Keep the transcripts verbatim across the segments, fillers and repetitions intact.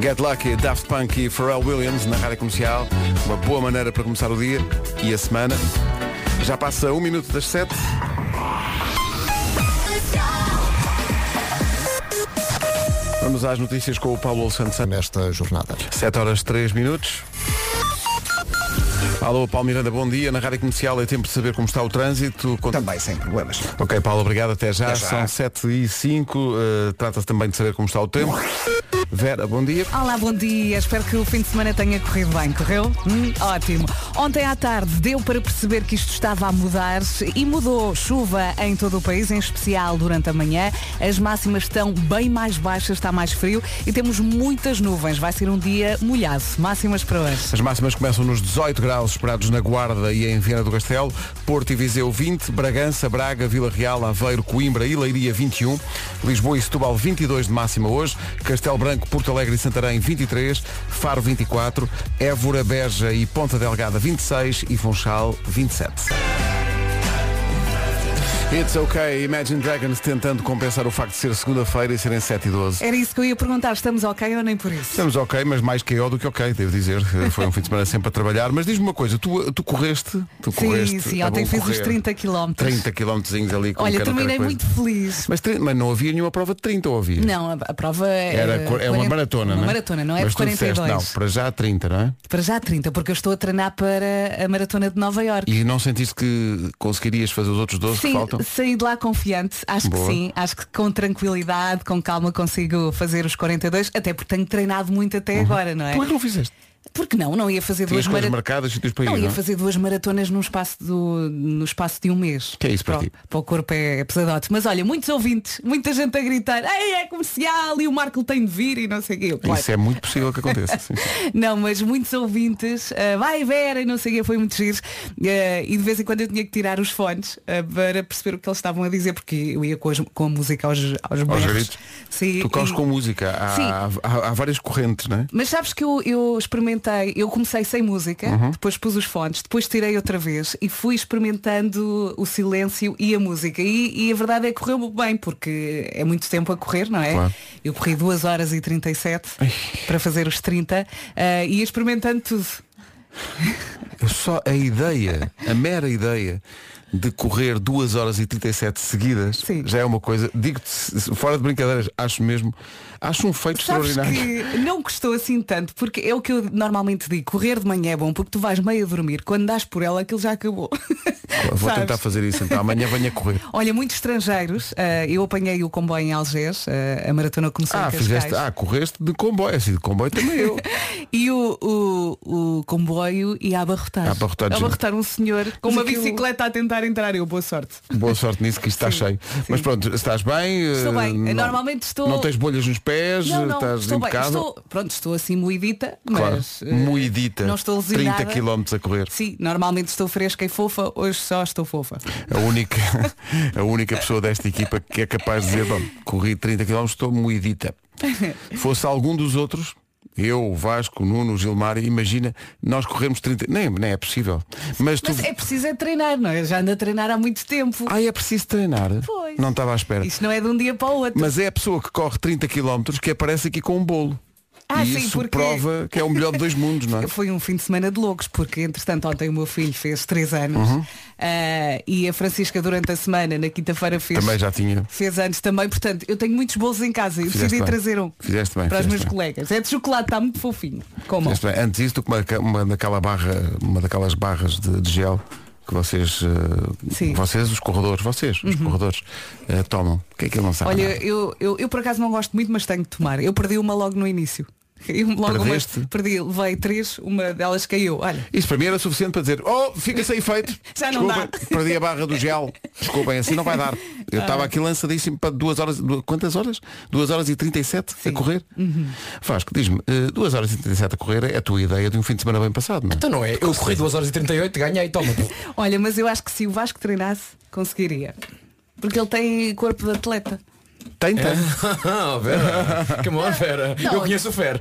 Get Lucky, Daft Punk e Pharrell Williams na Rádio Comercial. Uma boa maneira para começar o dia e a semana. Já passa um minuto das sete. Vamos às notícias com o Paulo Santos nesta jornada. sete horas três minutos. Alô, Paulo Miranda, bom dia. Na Rádio Comercial é tempo de saber como está o trânsito. Também, sem problemas. Ok, Paulo, obrigado. Até já. Até já. São sete e cinco. Uh, Trata-se também de saber como está o tempo. Vera, bom dia. Olá, bom dia. Espero que o fim de semana tenha corrido bem. Correu? Hum, ótimo. Ontem à tarde deu para perceber que isto estava a mudar e mudou. Chuva em todo o país, em especial durante a manhã. As máximas estão bem mais baixas, está mais frio e temos muitas nuvens. Vai ser um dia molhado. Máximas para hoje. As máximas começam nos dezoito graus esperados na Guarda e em Viana do Castelo. Porto e Viseu vinte, Bragança, Braga, Vila Real, Aveiro, Coimbra e Leiria vinte e um. Lisboa e Setúbal vinte e dois de máxima hoje. Castelo Branco, Porto Alegre e Santarém vinte e três, Faro vinte e quatro, Évora, Beja e Ponta Delgada vinte e seis e Funchal vinte e sete. It's ok, Imagine Dragons tentando compensar o facto de ser segunda-feira e serem sete e doze. Era isso que eu ia perguntar, estamos ok ou nem por isso? Estamos ok, mas mais que eu do que ok, devo dizer. Foi um fim de semana sempre a trabalhar. Mas diz-me uma coisa, tu, tu correste? Tu sim, correste, sim, ontem fiz os trinta quilómetros. trinta quilómetros ali com Olha, um terminei muito feliz. Mas, mas não havia nenhuma prova de trinta, ou havia? Não, a, a prova Era, é, é uma quarenta, maratona, uma não é? maratona, não é mas de quarenta e dois. Disseste, não, para já trinta, não é? Para já trinta, porque eu estou a treinar para a maratona de Nova Iorque. E não sentiste que conseguirias fazer os outros doze sim, que faltam? saí de lá confiante. Acho Boa. que sim, acho que com tranquilidade, com calma consigo fazer os quarenta e dois, até porque tenho treinado muito até uhum. agora, não é? Por que não fizeste? Porque não, não ia fazer Tinhas duas maratonas marcadas e para ir, não, não ia fazer duas maratonas num espaço do, no espaço de um mês. Que é isso para, para ti? Para o corpo é, é pesadote. Mas olha, muitos ouvintes, muita gente a gritar, ei, é comercial e o Marco tem de vir e não sei o quê. Claro. Isso é muito possível que aconteça. Sim. Não, mas muitos ouvintes, uh, vai Vera e não sei o quê, foi muito giro. Uh, e de vez em quando eu tinha que tirar os fones uh, para perceber o que eles estavam a dizer, porque eu ia com, as, com a música aos, aos berros. Sim, tu corres e... com música, há, há, há várias correntes, não é? Mas sabes que eu, eu experimentei, eu comecei sem música, uhum. depois pus os fones, depois tirei outra vez e fui experimentando o silêncio e a música. E, e a verdade é que correu bem, porque é muito tempo a correr, não é? Claro. Eu corri duas horas e trinta e sete para fazer os trinta uh, e ia experimentando tudo. Só a ideia, a mera ideia de correr duas horas e trinta e sete seguidas, sim, já é uma coisa, digo-te, fora de brincadeiras, acho mesmo, acho um feito Sabes extraordinário. Que não gostou assim tanto, porque é o que eu normalmente digo, correr de manhã é bom, porque tu vais meio a dormir, quando dás por ela aquilo já acabou. Vou Sabes? tentar fazer isso então, amanhã venho a correr. Olha, muitos estrangeiros, uh, eu apanhei o comboio em Algés, uh, a maratona começou ah, em Cascais. Fizeste, ah, correste de comboio, assim, de comboio também eu. E o, o, o comboio ia abarrotar. A abarrotar, a abarrotar um senhor com Mas uma aquilo... bicicleta a tentar entrar. Eu, boa sorte. Boa sorte nisso, que isto está cheio. Sim. Mas pronto, estás bem? Estou bem. Não, Normalmente estou. Não tens bolhas nos pés? Não, não, estás estou impecável? Bem. Estou, pronto, estou assim moidita, claro. mas. Moidita. Não estou lesionada. trinta quilómetros a correr. Sim, normalmente estou fresca e fofa, hoje só estou fofa. A única, a única pessoa desta equipa que é capaz de dizer, bom, corri trinta quilómetros, estou moidita. Fosse algum dos outros, eu, o Vasco, o Nuno, o Gilmar, imagina, nós corremos trinta, nem, nem é possível. Mas, tu... Mas é preciso é treinar, não é? Eu já ando a treinar há muito tempo. Ah, é preciso treinar? Pois. Não estava à espera. Isso não é de um dia para o outro. Mas é a pessoa que corre trinta quilómetros que aparece aqui com um bolo. Ah, e sim, isso porque... prova que é o melhor de dois mundos, não é? Foi um fim de semana de loucos, porque entretanto ontem o meu filho fez três anos uhum. uh, e a Francisca durante a semana, na quinta-feira, fez também já tinha. Fez anos também, portanto, eu tenho muitos bolos em casa e decidi bem. trazer um fizeste bem, para os meus bem. colegas. É de chocolate, está muito fofinho. Como? Bem. Antes disso, tu com uma, uma daquela barra, uma daquelas barras de, de gel que vocês, uh, vocês os corredores, vocês, os uhum. corredores, uh, tomam. O que é que ele não sabe? Olha, eu, eu, eu por acaso não gosto muito, mas tenho de tomar. Eu perdi uma logo no início. Eu logo uma, perdi, levei três, uma delas caiu. Olha. Isso para mim era suficiente para dizer, oh, fica sem efeito. Já não Desculpem, dá. Perdi a barra do gel. Desculpem, assim não vai dar. Eu estava ah. aqui lançadíssimo para duas horas. Duas, quantas horas? duas horas e trinta e sete a correr. Uhum. Vasco, diz-me, uh, duas horas e trinta e sete a correr é a tua ideia de um fim de semana bem passado, não é? Então não é. Eu corri duas horas e trinta e oito, ganhei, toma. Olha, mas eu acho que se o Vasco treinasse, conseguiria. Porque ele tem corpo de atleta. Tem, tem. Oh, Vera. Come on, Vera. Não, eu conheço o Fer.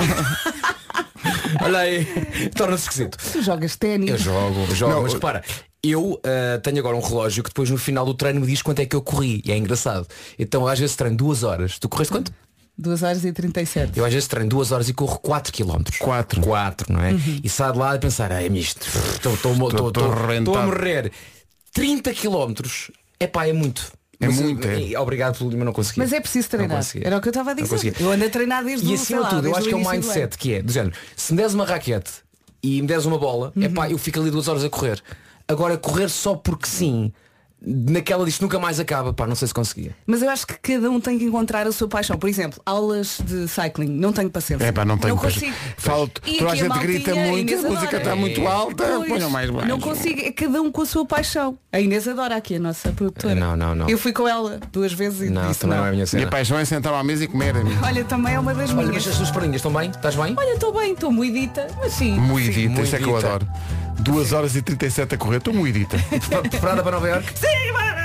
Olha aí, torna-se esquisito. Tu jogas ténis? Eu jogo, eu jogo, não, mas para. Eu uh, tenho agora um relógio que depois no final do treino me diz quanto é que eu corri. E é engraçado. Então às vezes treino duas horas. Tu correste quanto? duas horas e trinta e sete. Eu às vezes treino duas horas e corro quatro quilómetros. quatro. quatro, não é? Uhum. E saio de lá e pensar, é misto, estou a morrer. trinta quilómetros, epá, é muito. É mas, muito, é. é. Obrigado, mas não consegui. Mas é preciso treinar. Era o que eu estava a dizer. Eu ando a treinar desde E o, acima lá, de tudo, eu acho que é um mindset mindset que é, do género, se me des uma raquete e me des uma bola, uhum. epá, eu fico ali duas horas a correr. Agora, correr só porque sim, naquela disto nunca mais acaba, pá, não sei se conseguia. Mas eu acho que cada um tem que encontrar a sua paixão. Por exemplo, aulas de cycling, não tenho paciência. É pá, não tenho não consigo. Falo, toda a gente a grita muito, a música está muito alta, pois, ponham mais baixo. Não consigo, é cada um com a sua paixão. A Inês adora aqui, a nossa produtora. Não, não, não. Eu fui com ela duas vezes e não, disse também não. não é a minha cena. Minha paixão é sentar à mesa e comer. Olha, também é uma das Olha, minhas. mas as suas perninhas estão bem? Estás bem? Olha, estou bem, estou moidita, mas sim. Moidita, isso é que eu moidita. adoro. duas horas e trinta e sete a correr, estou moidita. Preparada para Nova Iorque? Sim, bora!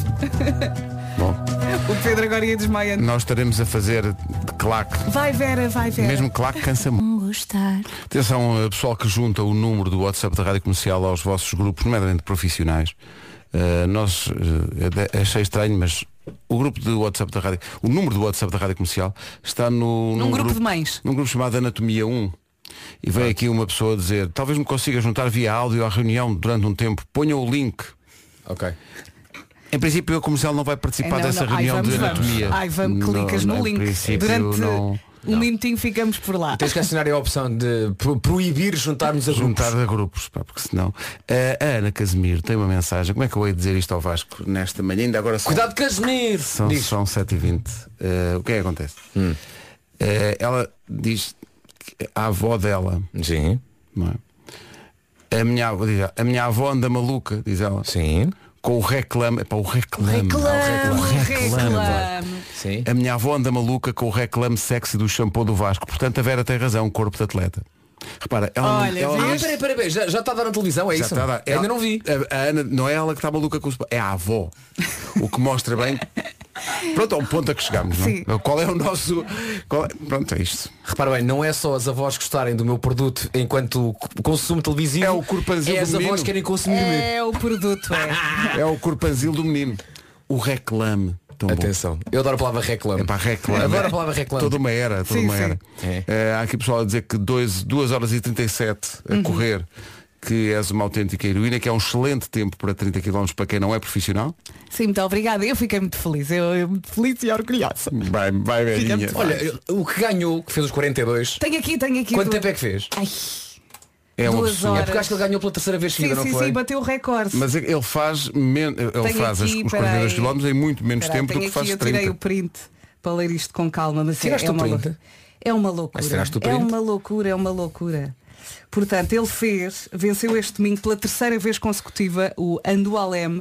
Bom, o Pedro agora ia desmaiando. nós estaremos a fazer de claque. Vai Vera, vai Vera. Mesmo claque cansa muito. Atenção, pessoal que junta o número do WhatsApp da Rádio Comercial aos vossos grupos, nomeadamente profissionais. Uh, nós uh, achei estranho, mas o grupo do WhatsApp da Rádio, o número do WhatsApp da Rádio Comercial está no, num, num grupo, grupo de mães. Num grupo chamado Anatomia um. E vem aqui uma pessoa dizer, talvez me consiga juntar via áudio à reunião durante um tempo, ponha o link. Ok. Em princípio a Comercial não vai participar é, não, dessa não. reunião Ai, vamos, de anatomia. Ai, vamos, clicas no, no link. Durante não... um não. minutinho ficamos por lá. Tens que assinar a opção de pro proibir juntarmos a Juntar grupos. a grupos, pá, porque senão. Uh, a Ana Casimiro tem uma mensagem. Como é que eu hei de dizer isto ao Vasco nesta manhã? Ainda agora são, Cuidado, Casimiro! São, são sete e vinte. Uh, o que é que acontece? Hum. Uh, ela diz que a avó dela. Sim. Não é? A minha, a minha avó anda maluca, diz ela. Sim. Com o reclame, epá, o reclame, reclame, o reclame, reclame. Sim. A minha avó anda maluca com o reclame sexy do shampoo do Vasco. Portanto a Vera tem razão, um corpo de atleta. Repara, ela Olha, ela ah, peraí, peraí, peraí, já, já está a dar na televisão, é já isso? Está a dar. Ainda ela, não vi. A, a Ana, não é ela que está maluca com o é a avó. O que mostra bem. Pronto, ao ponto a que chegamos, não é? Qual é o nosso. Qual é... Pronto, é isto. Repara bem, não é só as avós gostarem do meu produto enquanto consumo televisivo. É o corpanzil é do as menino. avós que querem consumir. É o produto, é. É o corpanzil do menino. O reclame. Tão Atenção, bom. eu adoro a palavra reclame. É para reclame. Adoro a palavra reclame. Toda uma era, toda sim, uma sim. era. É. É, há aqui pessoal a dizer que duas horas e trinta e sete a uhum. correr, que és uma autêntica heroína, que é um excelente tempo para trinta quilómetros para quem não é profissional. Sim, muito obrigada. Eu fiquei muito feliz. Eu, eu muito feliz e orgulhosa. Vai, vai, Verinha. Olha, o que ganhou, que fez os quarenta e dois. Tenho aqui, tenho aqui. Quanto do... tempo é que fez? Ai. É uma Duas pessoa. horas. É porque acho que ele ganhou pela terceira vez sim, seguida, sim, não foi? Sim, bateu o recorde. Mas ele faz, men... ele tenho faz aqui, os quarenta e dois quilómetros em muito menos peraí, tempo do que aqui, faz eu trinta. tirei o print para ler isto com calma, mas é, é, o uma print? lou... é uma loucura. É uma loucura, é uma loucura. Portanto, ele fez, venceu este domingo pela terceira vez consecutiva o Andualem, uh,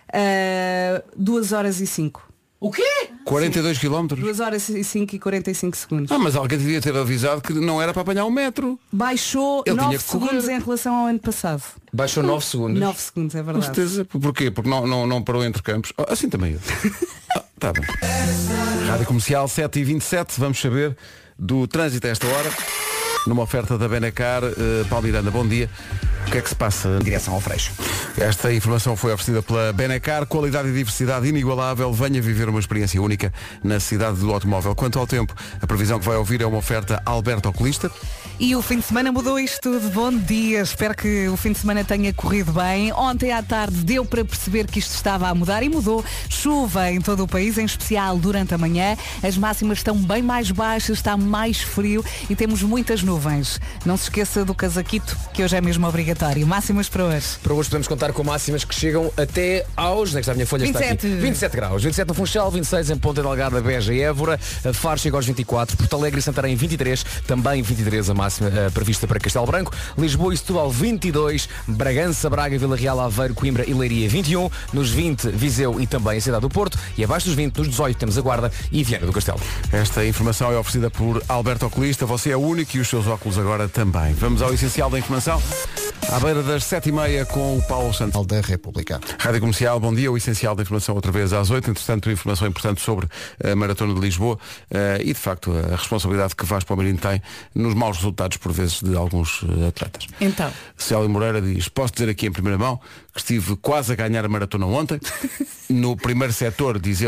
duas horas e cinco. O quê? quarenta e dois quilómetros? duas horas e cinco e quarenta e cinco segundos. Ah, mas alguém devia ter avisado que não era para apanhar um metro. Baixou nove segundos em relação ao ano passado. Baixou nove segundos. nove segundos, é verdade. Com certeza. Porquê? Porque não, não, não parou entre campos. Oh, assim também eu. Ah, tá bem. Rádio Comercial sete e vinte e sete. Vamos saber do trânsito a esta hora. Numa oferta da Benacar. uh, Paulo Miranda, bom dia. O que é que se passa? Em direção ao Freixo. Esta informação foi oferecida pela Benacar. Qualidade e diversidade inigualável. Venha viver uma experiência única na cidade do automóvel. Quanto ao tempo, a previsão que vai ouvir é uma oferta Alberto Oculista. E o fim de semana mudou isto tudo. Bom dia, espero que o fim de semana tenha corrido bem. Ontem à tarde deu para perceber que isto estava a mudar e mudou. Chuva em todo o país, em especial durante a manhã. As máximas estão bem mais baixas, está mais frio e temos muitas nuvens. Não se esqueça do casaquito, que hoje é mesmo obrigatório. Máximas para hoje. Para hoje podemos contar com máximas que chegam até aos... Onde é que está a minha folha? vinte e sete. Está aqui. vinte e sete graus. vinte e sete no Funchal, vinte e seis em Ponta Delgada, Beja e Évora. Faro chega aos vinte e quatro. Porto Alegre e Santarém vinte e três. Também vinte e três a máxima uh, prevista para Castelo Branco. Lisboa e Setúbal vinte e dois. Bragança, Braga, Vila Real, Aveiro, Coimbra e Leiria vinte e um. Nos vinte, Viseu e também a cidade do Porto. E abaixo dos vinte, nos dezoito, temos a Guarda e Viana do Castelo. Esta informação é oferecida por Alberto Oculista. Você é o único e os seus óculos agora também. Vamos ao essencial da informação. À beira das sete e meia com o Paulo Santos. Da República. Rádio Comercial, bom dia. O essencial da informação outra vez às oito. Entretanto, informação importante sobre a Maratona de Lisboa uh, e, de facto, a responsabilidade que Vasco Palmeirinho tem nos maus resultados, por vezes, de alguns uh, atletas. Então. Célia Moreira diz, posso dizer aqui em primeira mão que estive quase a ganhar a maratona ontem. No primeiro setor, diz ele,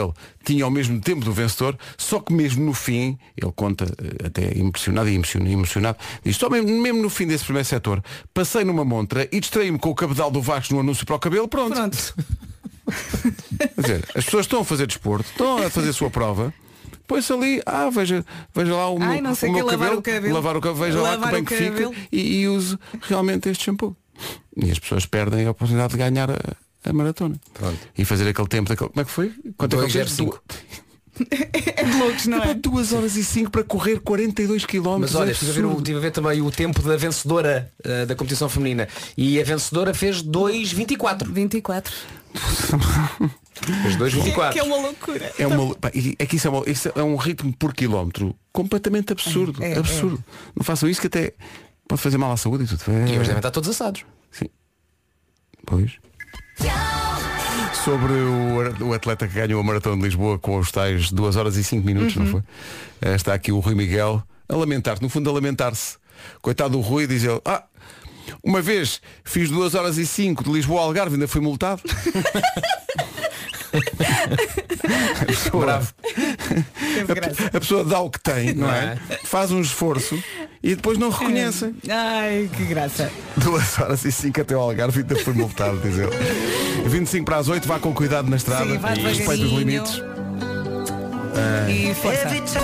tinha o mesmo tempo do vencedor, só que mesmo no fim, ele conta até impressionado e emocionado, emocionado diz, só mesmo, mesmo no fim desse primeiro setor, passei numa montra e distraí-me com o cabedal do Vasco no anúncio para o cabelo, pronto. Pronto. Quer dizer, as pessoas estão a fazer desporto, estão a fazer a sua prova. Põe-se ali, ah, veja, veja lá o, Ai, meu, o meu cabelo, cabelo, o cabelo, lavar o cabelo, veja lavar lá que bem que cabelo. fica e, e use realmente este shampoo. E as pessoas perdem a oportunidade de ganhar a, a maratona. Pronto. E fazer aquele tempo daquele. Como é que foi? Quanto é que fez? Cinco. É de loucos, não é? duas horas e cinco para correr quarenta e dois quilómetros. Mas olha, estive a, ver o, estive a ver também o tempo da vencedora uh, da competição feminina. E a vencedora fez dois vinte e quatro. vinte e quatro. Fez dois vinte e quatro. Que é uma loucura. É, uma, pá, é que isso é, uma, isso é um ritmo por quilómetro completamente absurdo. É, é, absurdo. É. Não façam isso que até pode fazer mal à saúde e tudo. É. E eles devem estar todos assados. Sim. Pois. Sobre o, o atleta que ganhou a Maratona de Lisboa com os tais duas horas e cinco minutos, uhum. não foi? Está aqui o Rui Miguel a lamentar-se, no fundo a lamentar-se. Coitado do Rui, diz ele, ah, uma vez fiz duas horas e cinco de Lisboa ao Algarve, ainda fui multado. A pessoa, Bravo. a, a pessoa dá o que tem, não, não é? é? Faz um esforço e depois não reconhece. Ai, que graça. Duas horas e cinco até ao Algarve, ainda fui multado, diz ele. vinte e cinco para as oito, vá com cuidado na estrada. Sim, e respeite os limites. E força.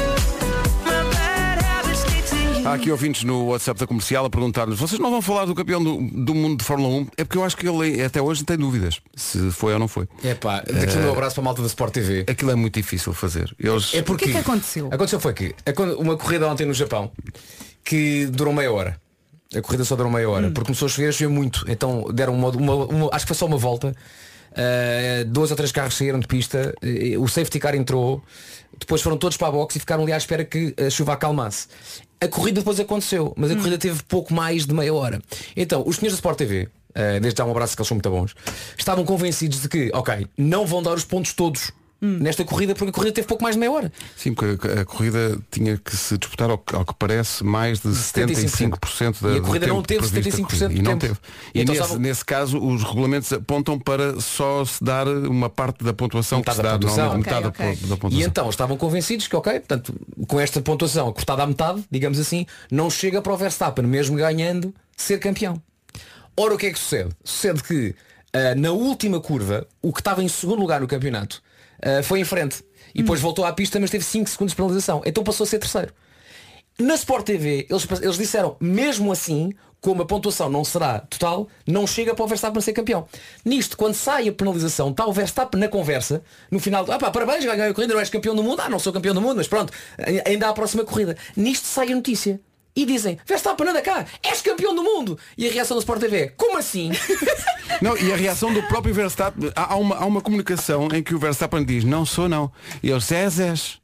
Há aqui ouvintes no WhatsApp da Comercial a perguntar-nos, vocês não vão falar do campeão do, do mundo de Fórmula um? É porque eu acho que ele até hoje tem dúvidas se foi ou não foi. É pá, daqui um abraço para a malta da Sport T V. Aquilo é muito difícil fazer. Eles... É porque o que é que aconteceu? Aconteceu foi que uma corrida ontem no Japão que durou meia hora. A corrida só durou meia hora, hum. porque começou a chover, choveu muito. Então deram uma, uma, uma, acho que foi só uma volta. Uh, dois ou três carros saíram de pista, uh, o safety car entrou, depois foram todos para a box e ficaram ali à espera que a chuva acalmasse. A corrida depois aconteceu, mas a hum. corrida teve pouco mais de meia hora. Então, os senhores da Sport T V, uh, desde já um abraço que eles são muito bons, estavam convencidos de que, ok, não vão dar os pontos todos hum. nesta corrida, porque a corrida teve pouco mais de meia hora. Sim, porque a, a corrida tinha que se disputar ao, ao que parece mais de setenta e cinco por cento da, e a corrida não teve setenta e cinco por cento do e não tempo. Teve. E então, nesse, estavam... nesse caso os regulamentos apontam para só se dar uma parte da pontuação metade que se dá, pontuação. Okay, metade okay. Da, da pontuação. E então estavam convencidos que, ok, portanto, com esta pontuação cortada à metade, digamos assim, não chega para o Verstappen, mesmo ganhando, ser campeão. Ora, o que é que sucede? Sucede que uh, na última curva, o que estava em segundo lugar no campeonato uh, foi em frente. E depois hum. voltou à pista, mas teve cinco segundos de penalização. Então passou a ser terceiro. Na Sport T V, eles, eles disseram, mesmo assim, como a pontuação não será total, não chega para o Verstappen ser campeão. Nisto, quando sai a penalização, está o Verstappen na conversa, no final, ah pá, parabéns, ganhei a corrida, não és campeão do mundo. Ah, não sou campeão do mundo, mas pronto, ainda há a próxima corrida. Nisto sai a notícia. E dizem, Verstappen, anda cá, és campeão do mundo. E a reação da Sport T V, como assim? Não, e a reação do próprio Verstappen, há uma, há uma comunicação em que o Verstappen diz, não sou não. E ele, César,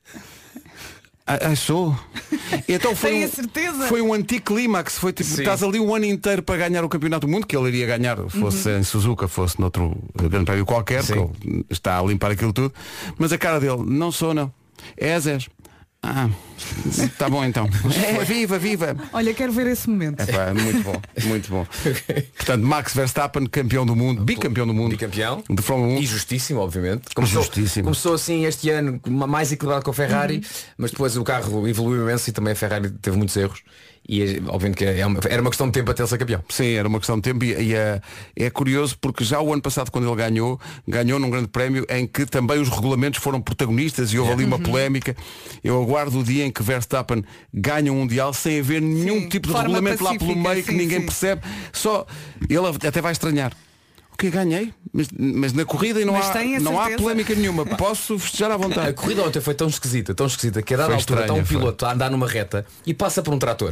ah, sou. E então foi Tenho um, a certeza. Foi um anticlímax, foi tipo, Sim. estás ali um ano inteiro para ganhar o campeonato do mundo, que ele iria ganhar, fosse uhum. em Suzuka, fosse noutro grande prémio qualquer, que ele está a limpar aquilo tudo. Mas a cara dele, não sou não. É Zé. Ah, tá bom então. É, viva, viva. Olha, quero ver esse momento. É pá, muito bom, muito bom. Okay. Portanto, Max Verstappen, campeão do mundo, bicampeão do mundo. Bicampeão. De Fórmula um. E justíssimo, obviamente. Começou, justíssimo. Começou assim este ano mais equilibrado com a Ferrari, uhum. mas depois o carro evoluiu imenso e também a Ferrari teve muitos erros. E obviamente que é uma, era uma questão de tempo até ele ser campeão. Sim, era uma questão de tempo e, e é, é curioso porque já o ano passado quando ele ganhou, ganhou num grande prémio em que também os regulamentos foram protagonistas e houve ali uma uhum. polémica. Eu aguardo o dia em que Verstappen ganha um Mundial sem haver nenhum sim, tipo de regulamento lá pelo meio sim, que ninguém sim. percebe. Só ele até vai estranhar. Que ganhei, mas, mas na corrida e não, há, não há polémica nenhuma. Posso festejar à vontade. A corrida ontem foi tão esquisita, tão esquisita, que a dada altura está um piloto a andar numa reta e passa por um trator.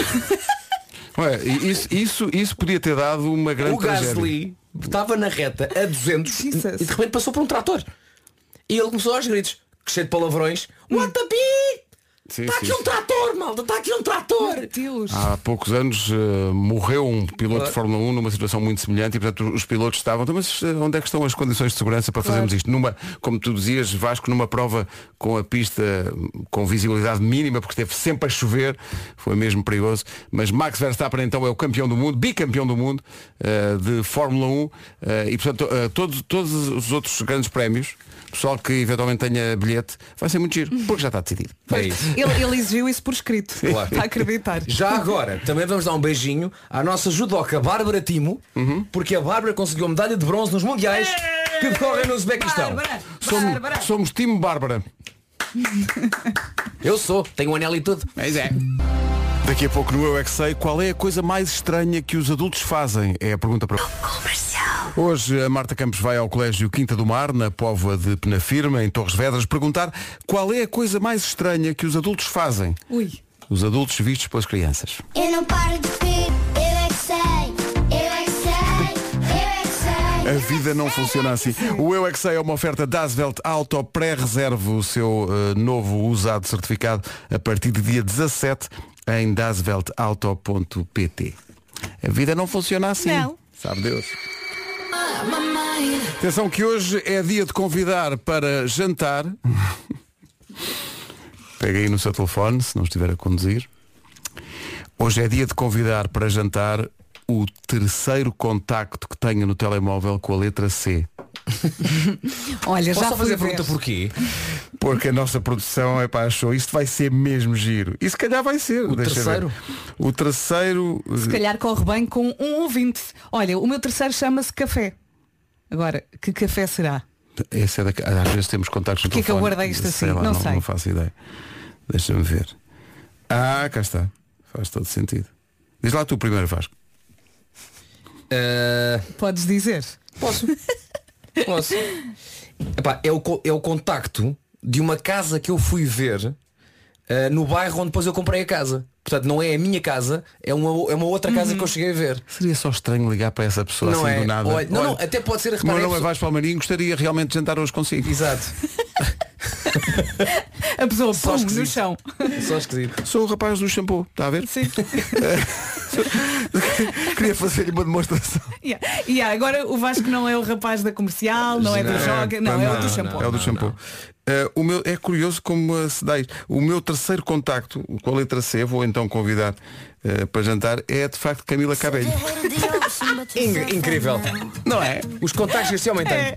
Ué, isso, isso, isso podia ter dado uma grande o tragédia. O Gasly estava na reta a duzentos Jesus. E de repente passou por um trator. E ele começou aos gritos, cheio de palavrões. What the pee? Sim, Está sim, aqui um sim. trator, malta, está aqui um trator. Meu Deus. Há poucos anos uh, morreu um piloto de Fórmula um numa situação muito semelhante e portanto os pilotos estavam, então, mas uh, onde é que estão as condições de segurança para fazermos isto? Numa, como tu dizias, Vasco, numa prova com a pista com visibilidade mínima, porque esteve sempre a chover, foi mesmo perigoso, mas Max Verstappen então é o campeão do mundo, bicampeão do mundo uh, de Fórmula um uh, e portanto uh, todos, todos os outros grandes prémios, pessoal que eventualmente tenha bilhete, vai ser muito giro, porque já está decidido. É isso. Ele, ele exigiu isso por escrito. Claro. Para acreditar. Já agora, também vamos dar um beijinho à nossa judoca Bárbara Timo, porque a Bárbara conseguiu a medalha de bronze nos mundiais que decorrem no Uzbequistão. Bárbara, Somos, Bárbara. somos time Bárbara. Eu sou, tenho um anel e tudo. Mas é. Daqui a pouco no Eu é que Sei, qual é a coisa mais estranha que os adultos fazem? É a pergunta para... Hoje a Marta Campos vai ao Colégio Quinta do Mar, na Póvoa de Penafirma, em Torres Vedras, perguntar qual é a coisa mais estranha que os adultos fazem. Ui. Os adultos vistos pelas crianças. Eu não paro de ver, eu é que sei, eu é que sei, eu é que sei. A vida não funciona assim. O Eu é que Sei é uma oferta da Asvelt Auto. Pré-reserve o seu uh, novo usado certificado a partir de dia dezassete em dasvelt auto ponto pt. A vida não funciona assim. Não. Sabe Deus. Atenção que hoje é dia de convidar para jantar. Pega aí no seu telefone, se não estiver a conduzir. Hoje é dia de convidar para jantar o terceiro contacto que tenha no telemóvel com a letra C. Olha, Posso já só fui fazer a ver. pergunta porquê? Porque a nossa produção é pá, achou isto vai ser mesmo giro. E se calhar vai ser. O deixa terceiro? ver. O terceiro. Se calhar corre bem com um ouvinte. Olha, o meu terceiro chama-se Café. Agora, que café será? Esse é da... Às vezes temos contactos no Porquê que eu telefone. guardei isto Sei assim? lá, Não não, sei. não faço ideia. Deixa-me ver. Ah, cá está. Faz todo sentido. Diz lá tu primeiro, Vasco. Uh, Podes dizer. posso? Posso. Epá, é, o, co- é o contacto de uma casa que eu fui ver uh, no bairro onde depois eu comprei a casa. Portanto, não é a minha casa, é uma, é uma outra casa que eu cheguei a ver. Seria só estranho ligar para essa pessoa Não assim é? do nada. Olha, não, Olha, não, até pode ser a o reparar. meu é nome é pessoa- Vasco Palmarinho, gostaria realmente de jantar hoje consigo. Exato. A pessoa Só pum, esquisito. no chão. Só esquisito. Sou o rapaz do shampoo, está a ver? Sim. Queria fazer-lhe uma demonstração. Yeah. Yeah, agora o Vasco não é o rapaz da comercial, não é do joga, não, é o do shampoo. É o do shampoo. Uh, o meu, é curioso como uh, se dá isto. O meu terceiro contacto com a letra C, vou então convidar uh, para jantar, é de facto Camila Cabello. In- incrível. Não é? Os contactos que este homem tem.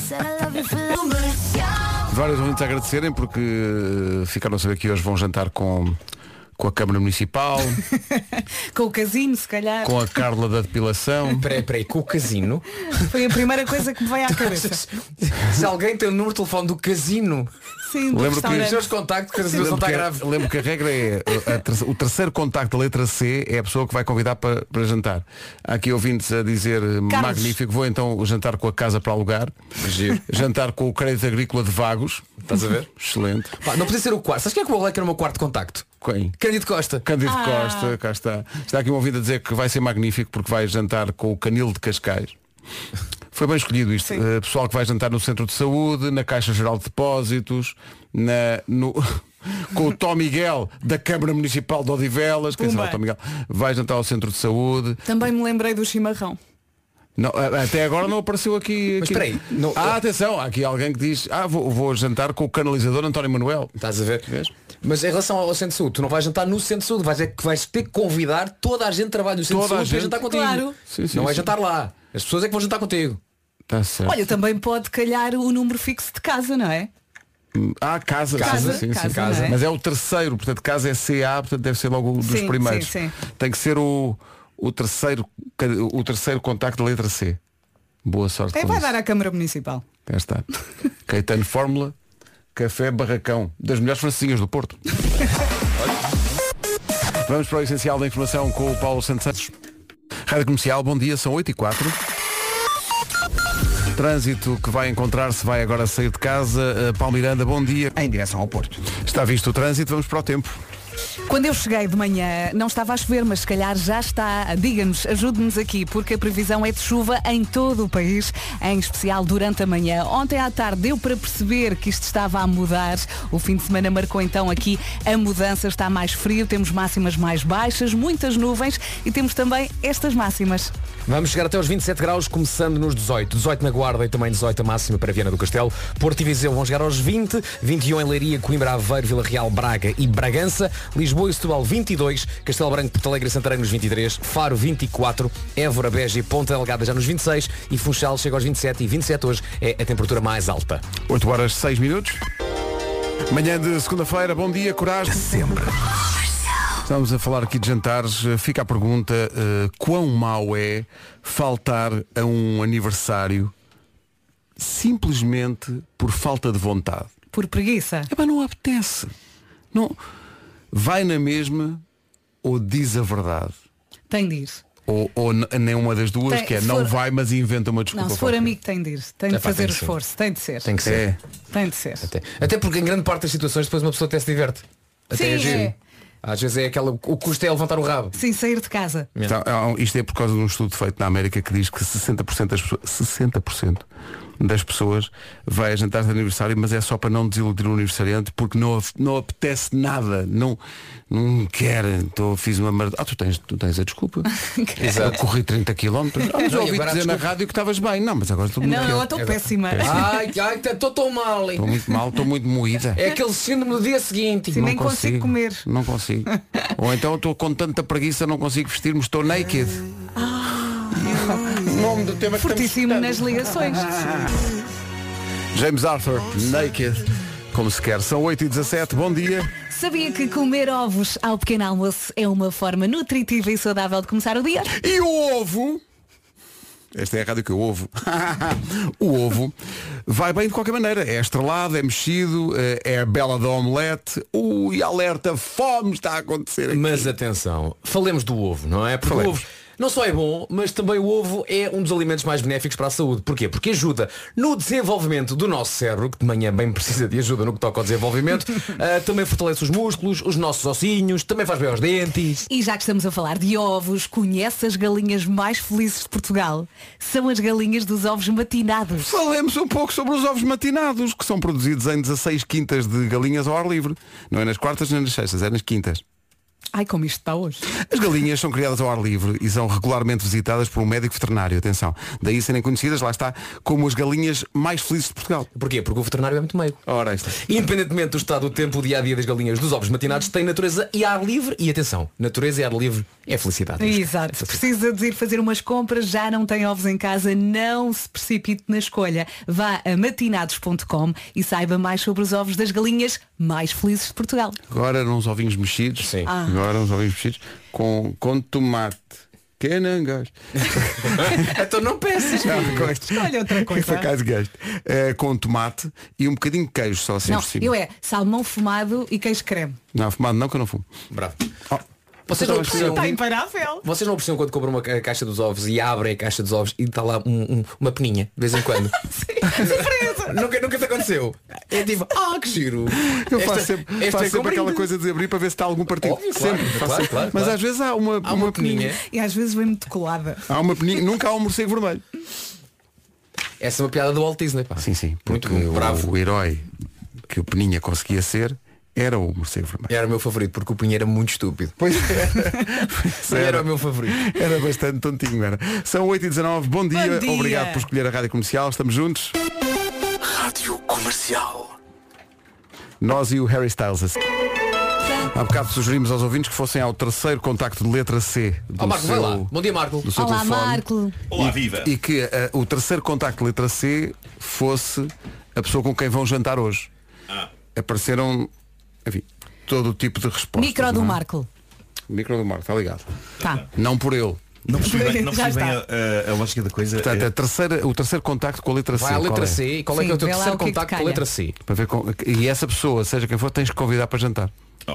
Vários ouvintes a agradecerem porque uh, ficaram a saber que hoje vão jantar com, com a Câmara Municipal, Com o casino, se calhar. com a Carla da Depilação. Peraí, peraí, com o casino. Foi a primeira coisa que me veio à cabeça. Se alguém tem o número de telefone do casino, Sim, do Lembro que- os restaurante. seus contactos, que a situação Lembro está que, grave. lembro que a regra é uh, a ter- o terceiro contacto da letra C é a pessoa que vai convidar para, para jantar. Há aqui ouvintes a dizer uh, Carlos. magnífico, vou então jantar com a Casa para Alugar, Giro. jantar com o Crédito Agrícola de Vagos. Estás a ver? Excelente. Pá, não podia ser o quarto. Sabes quem é que o que era o meu quarto contacto? Quem? Cândido Costa. Cândido Ah. Costa, cá está. Está aqui um ouvinte a dizer que vai ser magnífico porque vai jantar com o Canil de Cascais. Foi bem escolhido isto. Sim. Uh, pessoal que vai jantar no Centro de Saúde, na Caixa Geral de Depósitos, na, no, com o Tom Miguel da Câmara Municipal de Odivelas, quem Pumba. será o Tom Miguel? Vai jantar ao Centro de Saúde. Também me lembrei do chimarrão. Não, a- até agora não apareceu aqui. Mas aqui- espera aí, não- ah, atenção, há aqui alguém que diz, ah, vou, vou jantar com o canalizador António Manuel. Estás a ver? Vês? Mas em relação ao Centro de Saúde, tu não vais jantar no Centro de Saúde, vais, é que vais ter que convidar toda a gente que trabalha no Centro Toda a de Saúde para gente. jantar contigo. Claro. Sim, sim, não vais sim. jantar lá. As pessoas é que vão jantar contigo. Tá certo. Olha, também pode calhar o número fixo de casa, não é? Ah, casa, Casa, sim, sim, casa, sim. não é? Mas é o terceiro, portanto, casa é C A, portanto deve ser logo um dos Sim, primeiros. sim, sim. Tem que ser o, o terceiro o terceiro contacto da letra C. Boa sorte É, com vai isso. dar à Câmara Municipal. Cá está. Caetano Fórmula, Café Barracão, das melhores francesinhas do Porto. Vamos para o essencial da informação com o Paulo Santos. Rádio Comercial, bom dia, são oito e quatro. Trânsito que vai encontrar-se, vai agora sair de casa. Uh, Paulo Miranda, bom dia. Em direção ao Porto. Está visto o trânsito, vamos para o tempo. Quando eu cheguei de manhã não estava a chover, mas se calhar já está. Diga-nos, ajude-nos aqui, porque a previsão é de chuva em todo o país, em especial durante a manhã. Ontem à tarde deu para perceber que isto estava a mudar. O fim de semana marcou então aqui a mudança, está mais frio, temos máximas mais baixas, muitas nuvens e temos também estas máximas. Vamos chegar até aos vinte e sete graus, começando nos dezoito. dezoito na Guarda e também dezoito a máxima para Viana do Castelo. Porto e Viseu vão chegar aos vinte, vinte e um em Leiria, Coimbra, Aveiro, Vila Real, Braga e Bragança. Lisboa e Setúbal vinte e dois, Castelo Branco, Porto Alegre e Santarém nos vinte e três, Faro vinte e quatro, Évora, Beja e Ponta Delgada já nos vinte e seis e Funchal chega aos vinte e sete e vinte e sete hoje é a temperatura mais alta. oito horas seis minutos. Manhã de segunda-feira, bom dia, coragem. Sempre. Estamos a falar aqui de jantares. Fica a pergunta, uh, quão mau é faltar a um aniversário simplesmente por falta de vontade? Por preguiça. É, mas não apetece. Não. Vai na mesma ou diz a verdade? Tem de ir. Ou, ou n- nem uma das duas, Tem- que é se não for- vai, mas inventa uma desculpa. Não, se for qualquer. amigo tem de ir. Tem de Epá, fazer tem o que ser. esforço. Tem de ser. Tem que ser. É. Tem de ser. Até, até porque em grande parte das situações depois uma pessoa até se diverte. Até Sim, é giro. é. Às vezes é aquela. O custo é levantar o rabo. Sim, sair de casa. Então, há- isto é por causa de um estudo feito na América que diz que sessenta por cento das pessoas, sessenta por cento das pessoas vai a jantar de aniversário, mas é só para não desiludir o aniversariante porque não, não apetece nada, não, não quer. Então fiz uma maratona. Ah, tu tens, tu tens a desculpa. Eu corri trinta quilómetros. Ah, mas eu Não, e ouvi agora a dizer na desculpa- rádio que estavas bem. Não, mas agora estou muito, Não, eu estou péssima. Ai, ai, estou tão mal. estou muito mal, estou muito moída. É aquele síndrome do dia seguinte. Sim, Não nem consigo comer. Não consigo. Ou então estou com tanta preguiça, não consigo vestir-me, estou naked. O nome do tema que Fortíssimo estamos nas ligações. James Arthur, Naked, como se quer. São oito e dezassete, bom dia. Sabia que comer ovos ao pequeno almoço é uma forma nutritiva e saudável de começar o dia? E o ovo? Esta é a rádio que eu ovo. O ovo vai bem de qualquer maneira. É estrelado, é mexido, é a bela da omelete. Ui, alerta, fome está a acontecer aqui. Mas atenção, falemos do ovo, não é? Porque Falemos. o ovo não só é bom, mas também o ovo é um dos alimentos mais benéficos para a saúde. Porquê? Porque ajuda no desenvolvimento do nosso cérebro, que de manhã bem precisa de ajuda no que toca ao desenvolvimento. uh, também fortalece os músculos, os nossos ossinhos, também faz bem aos dentes. E já que estamos a falar de ovos, conhece as galinhas mais felizes de Portugal? São as galinhas dos ovos matinados. Falemos um pouco sobre os ovos matinados, que são produzidos em dezasseis quintas de galinhas ao ar livre. Não é nas quartas nem nas sextas, é nas quintas. Ai, como isto está hoje. As galinhas são criadas ao ar livre e são regularmente visitadas por um médico veterinário, atenção. Daí serem conhecidas, lá está, como as galinhas mais felizes de Portugal. Porquê? Porque o veterinário é muito meio. Ora, isto. Independentemente do estado do tempo, o dia-a-dia das galinhas dos ovos matinados tem natureza e ar livre. E atenção, natureza e ar livre é felicidade. Exato. Se precisa de ir fazer umas compras, já não tem ovos em casa, não se precipite na escolha. Vá a matinados ponto com e saiba mais sobre os ovos das galinhas mais felizes de Portugal. Agora uns ovinhos mexidos. Sim. Ah. Agora uns ovinhos mexidos com, com tomate. Que não gosto. Então não peças. Não, gosto. Olha outra coisa. Por acaso gosto. Eh, com tomate e um bocadinho de queijo só assim Não, por cima. eu é salmão fumado e queijo creme. Não, fumado não, que eu não fumo. Bravo. Oh, Vocês não, Então, apreciam, Está imparável. vocês não apreciam quando compram uma ca- caixa dos ovos e abrem a caixa dos ovos e está lá um- um- uma peninha, de vez em quando? Surpresa. nunca, nunca te aconteceu? É tipo, ah, que giro. Eu Esta- faço sempre, esta faço é sempre aquela comprida. coisa de abrir para ver se está algum partido. Óbvio, claro, sempre. faço claro, sempre. claro, Mas claro. às vezes há uma, Há uma peninha. E às vezes vem muito colada. Há uma peninha. Nunca há um morcego vermelho. Essa é uma piada do Walt Disney, pá. Sim, sim. Muito Porque o- bravo. O herói que o Peninha conseguia ser era o morcego vermelho. Era o meu favorito, porque o Pinheiro era muito estúpido. Pois Era, era o meu favorito. Era bastante tontinho, era. São oito e dezanove, bom dia. Bom dia. Obrigado por escolher a Rádio Comercial, estamos juntos. Rádio Comercial. Nós e o Harry Styles. assim. Há bocado sugerimos aos ouvintes que fossem ao terceiro contacto de letra C do Ó Marco, seu, vai lá. Bom dia, Marco. do seu Olá, telefone. Marco. Olá, viva. E que eh, o terceiro contacto de letra C fosse a pessoa com quem vão jantar hoje. Ah. Apareceram, enfim, todo o tipo de respostas. Micro do não é? Marco. Micro do Marco, está ligado. Tá. Não por ele. Não percebi bem, não Já percebi bem está. a, a- a lógica da coisa. Portanto, É- a terceira, o terceiro contacto com a letra C. Vai à qual letra é? C. E qual é que é o Sim, teu vê lá terceiro o que é que contacto com a calha. letra C? Para ver com- E essa pessoa, seja quem for, tens que convidar para jantar. Oh.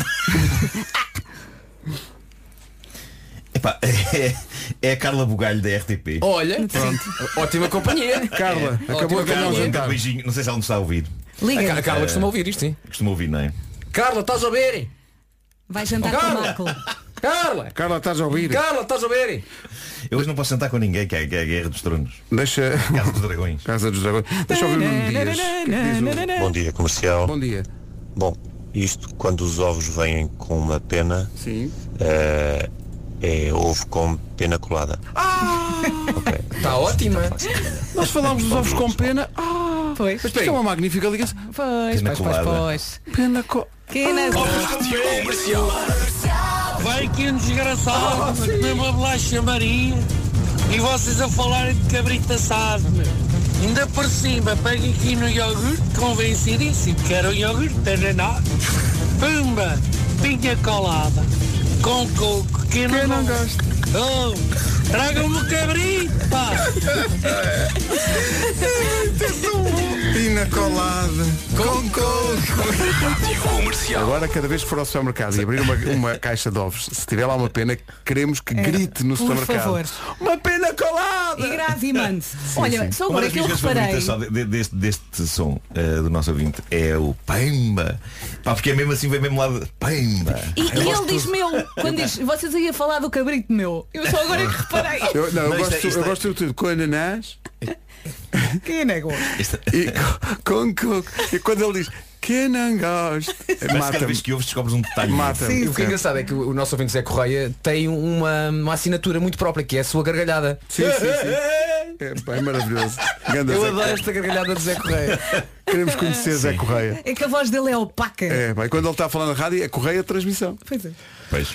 Epá, é, é a Carla Bugalho da R T P. Olha, pronto. Ótima companhia. Carla, É. acabou Ótima de ganhar um companhia. jantar. Beijinho. Não sei se ela me está a ouvir. A, Liga. Ca- a Carla costuma ouvir isto, sim. Costuma ouvir, não é? Carla, estás a ouvir? Vai jantar com o Marco. Carla! Carla, estás a ouvir? Carla, estás a ouvir? Eu hoje não posso sentar com ninguém, que é, que é a Guerra dos Tronos. Deixa... Casa dos Dragões. Casa dos Dragões. Deixa eu ouvir o Nuno Dias. Que é que diz o- Bom dia, comercial. Bom dia. Bom, isto quando os ovos vêm com uma pena, Sim. eh, é ovo com pena colada. Ok. Está ótima. Nós falámos dos ovos com pena. Ah, Pois. Isto é uma magnífica ligação. Pois, Pena pois, pois, colada. pois. Pena co... Que nasceu. Vai aqui um desgraçado a comer uma bolacha Maria e vocês a falarem de cabrito assado, meu. Ainda por cima, pega aqui no iogurte, convencidíssimo que era um iogurte ananá. Pumba, pinha colada, com coco, que não, Quem não gosta? Oh, tragam-me o cabrito, pá. Pina colada. Com coco. Agora, cada vez que for ao supermercado e abrir uma, uma caixa de ovos, se tiver lá uma pena, queremos que grite no por supermercado. favor. Uma pena colada! E grave e mande. Olha, só Uma agora das que eu minhas reparei. favoritas só de- de- deste, deste som eh, do nosso ouvinte é o Pemba. Pá, porque é mesmo assim, vem mesmo lá de Pemba. E, e ele diz meu, quando diz, vocês iam falar do cabrito meu. Eu só agora é que reparei. Eu, não, eu, Não, isto gosto, é- isto eu é- gosto de tudo com ananás Que negócio. Isto- e com, com coco. E quando ele diz que não gosto, Parece que cada mata-me. vez que ouves descobres um detalhe. Mata-me. E o que é engraçado é que o o nosso ouvinte Zé Correia tem uma, uma assinatura muito própria, que é a sua gargalhada. Sim, sim, sim. É, pá, é maravilhoso. Ganda Eu Zé. adoro esta gargalhada de Zé Correia. Queremos conhecer Zé Correia. É que a voz dele é opaca. É, pá, e quando ele está a falar na rádio é Correia de transmissão. Pois é. Pois.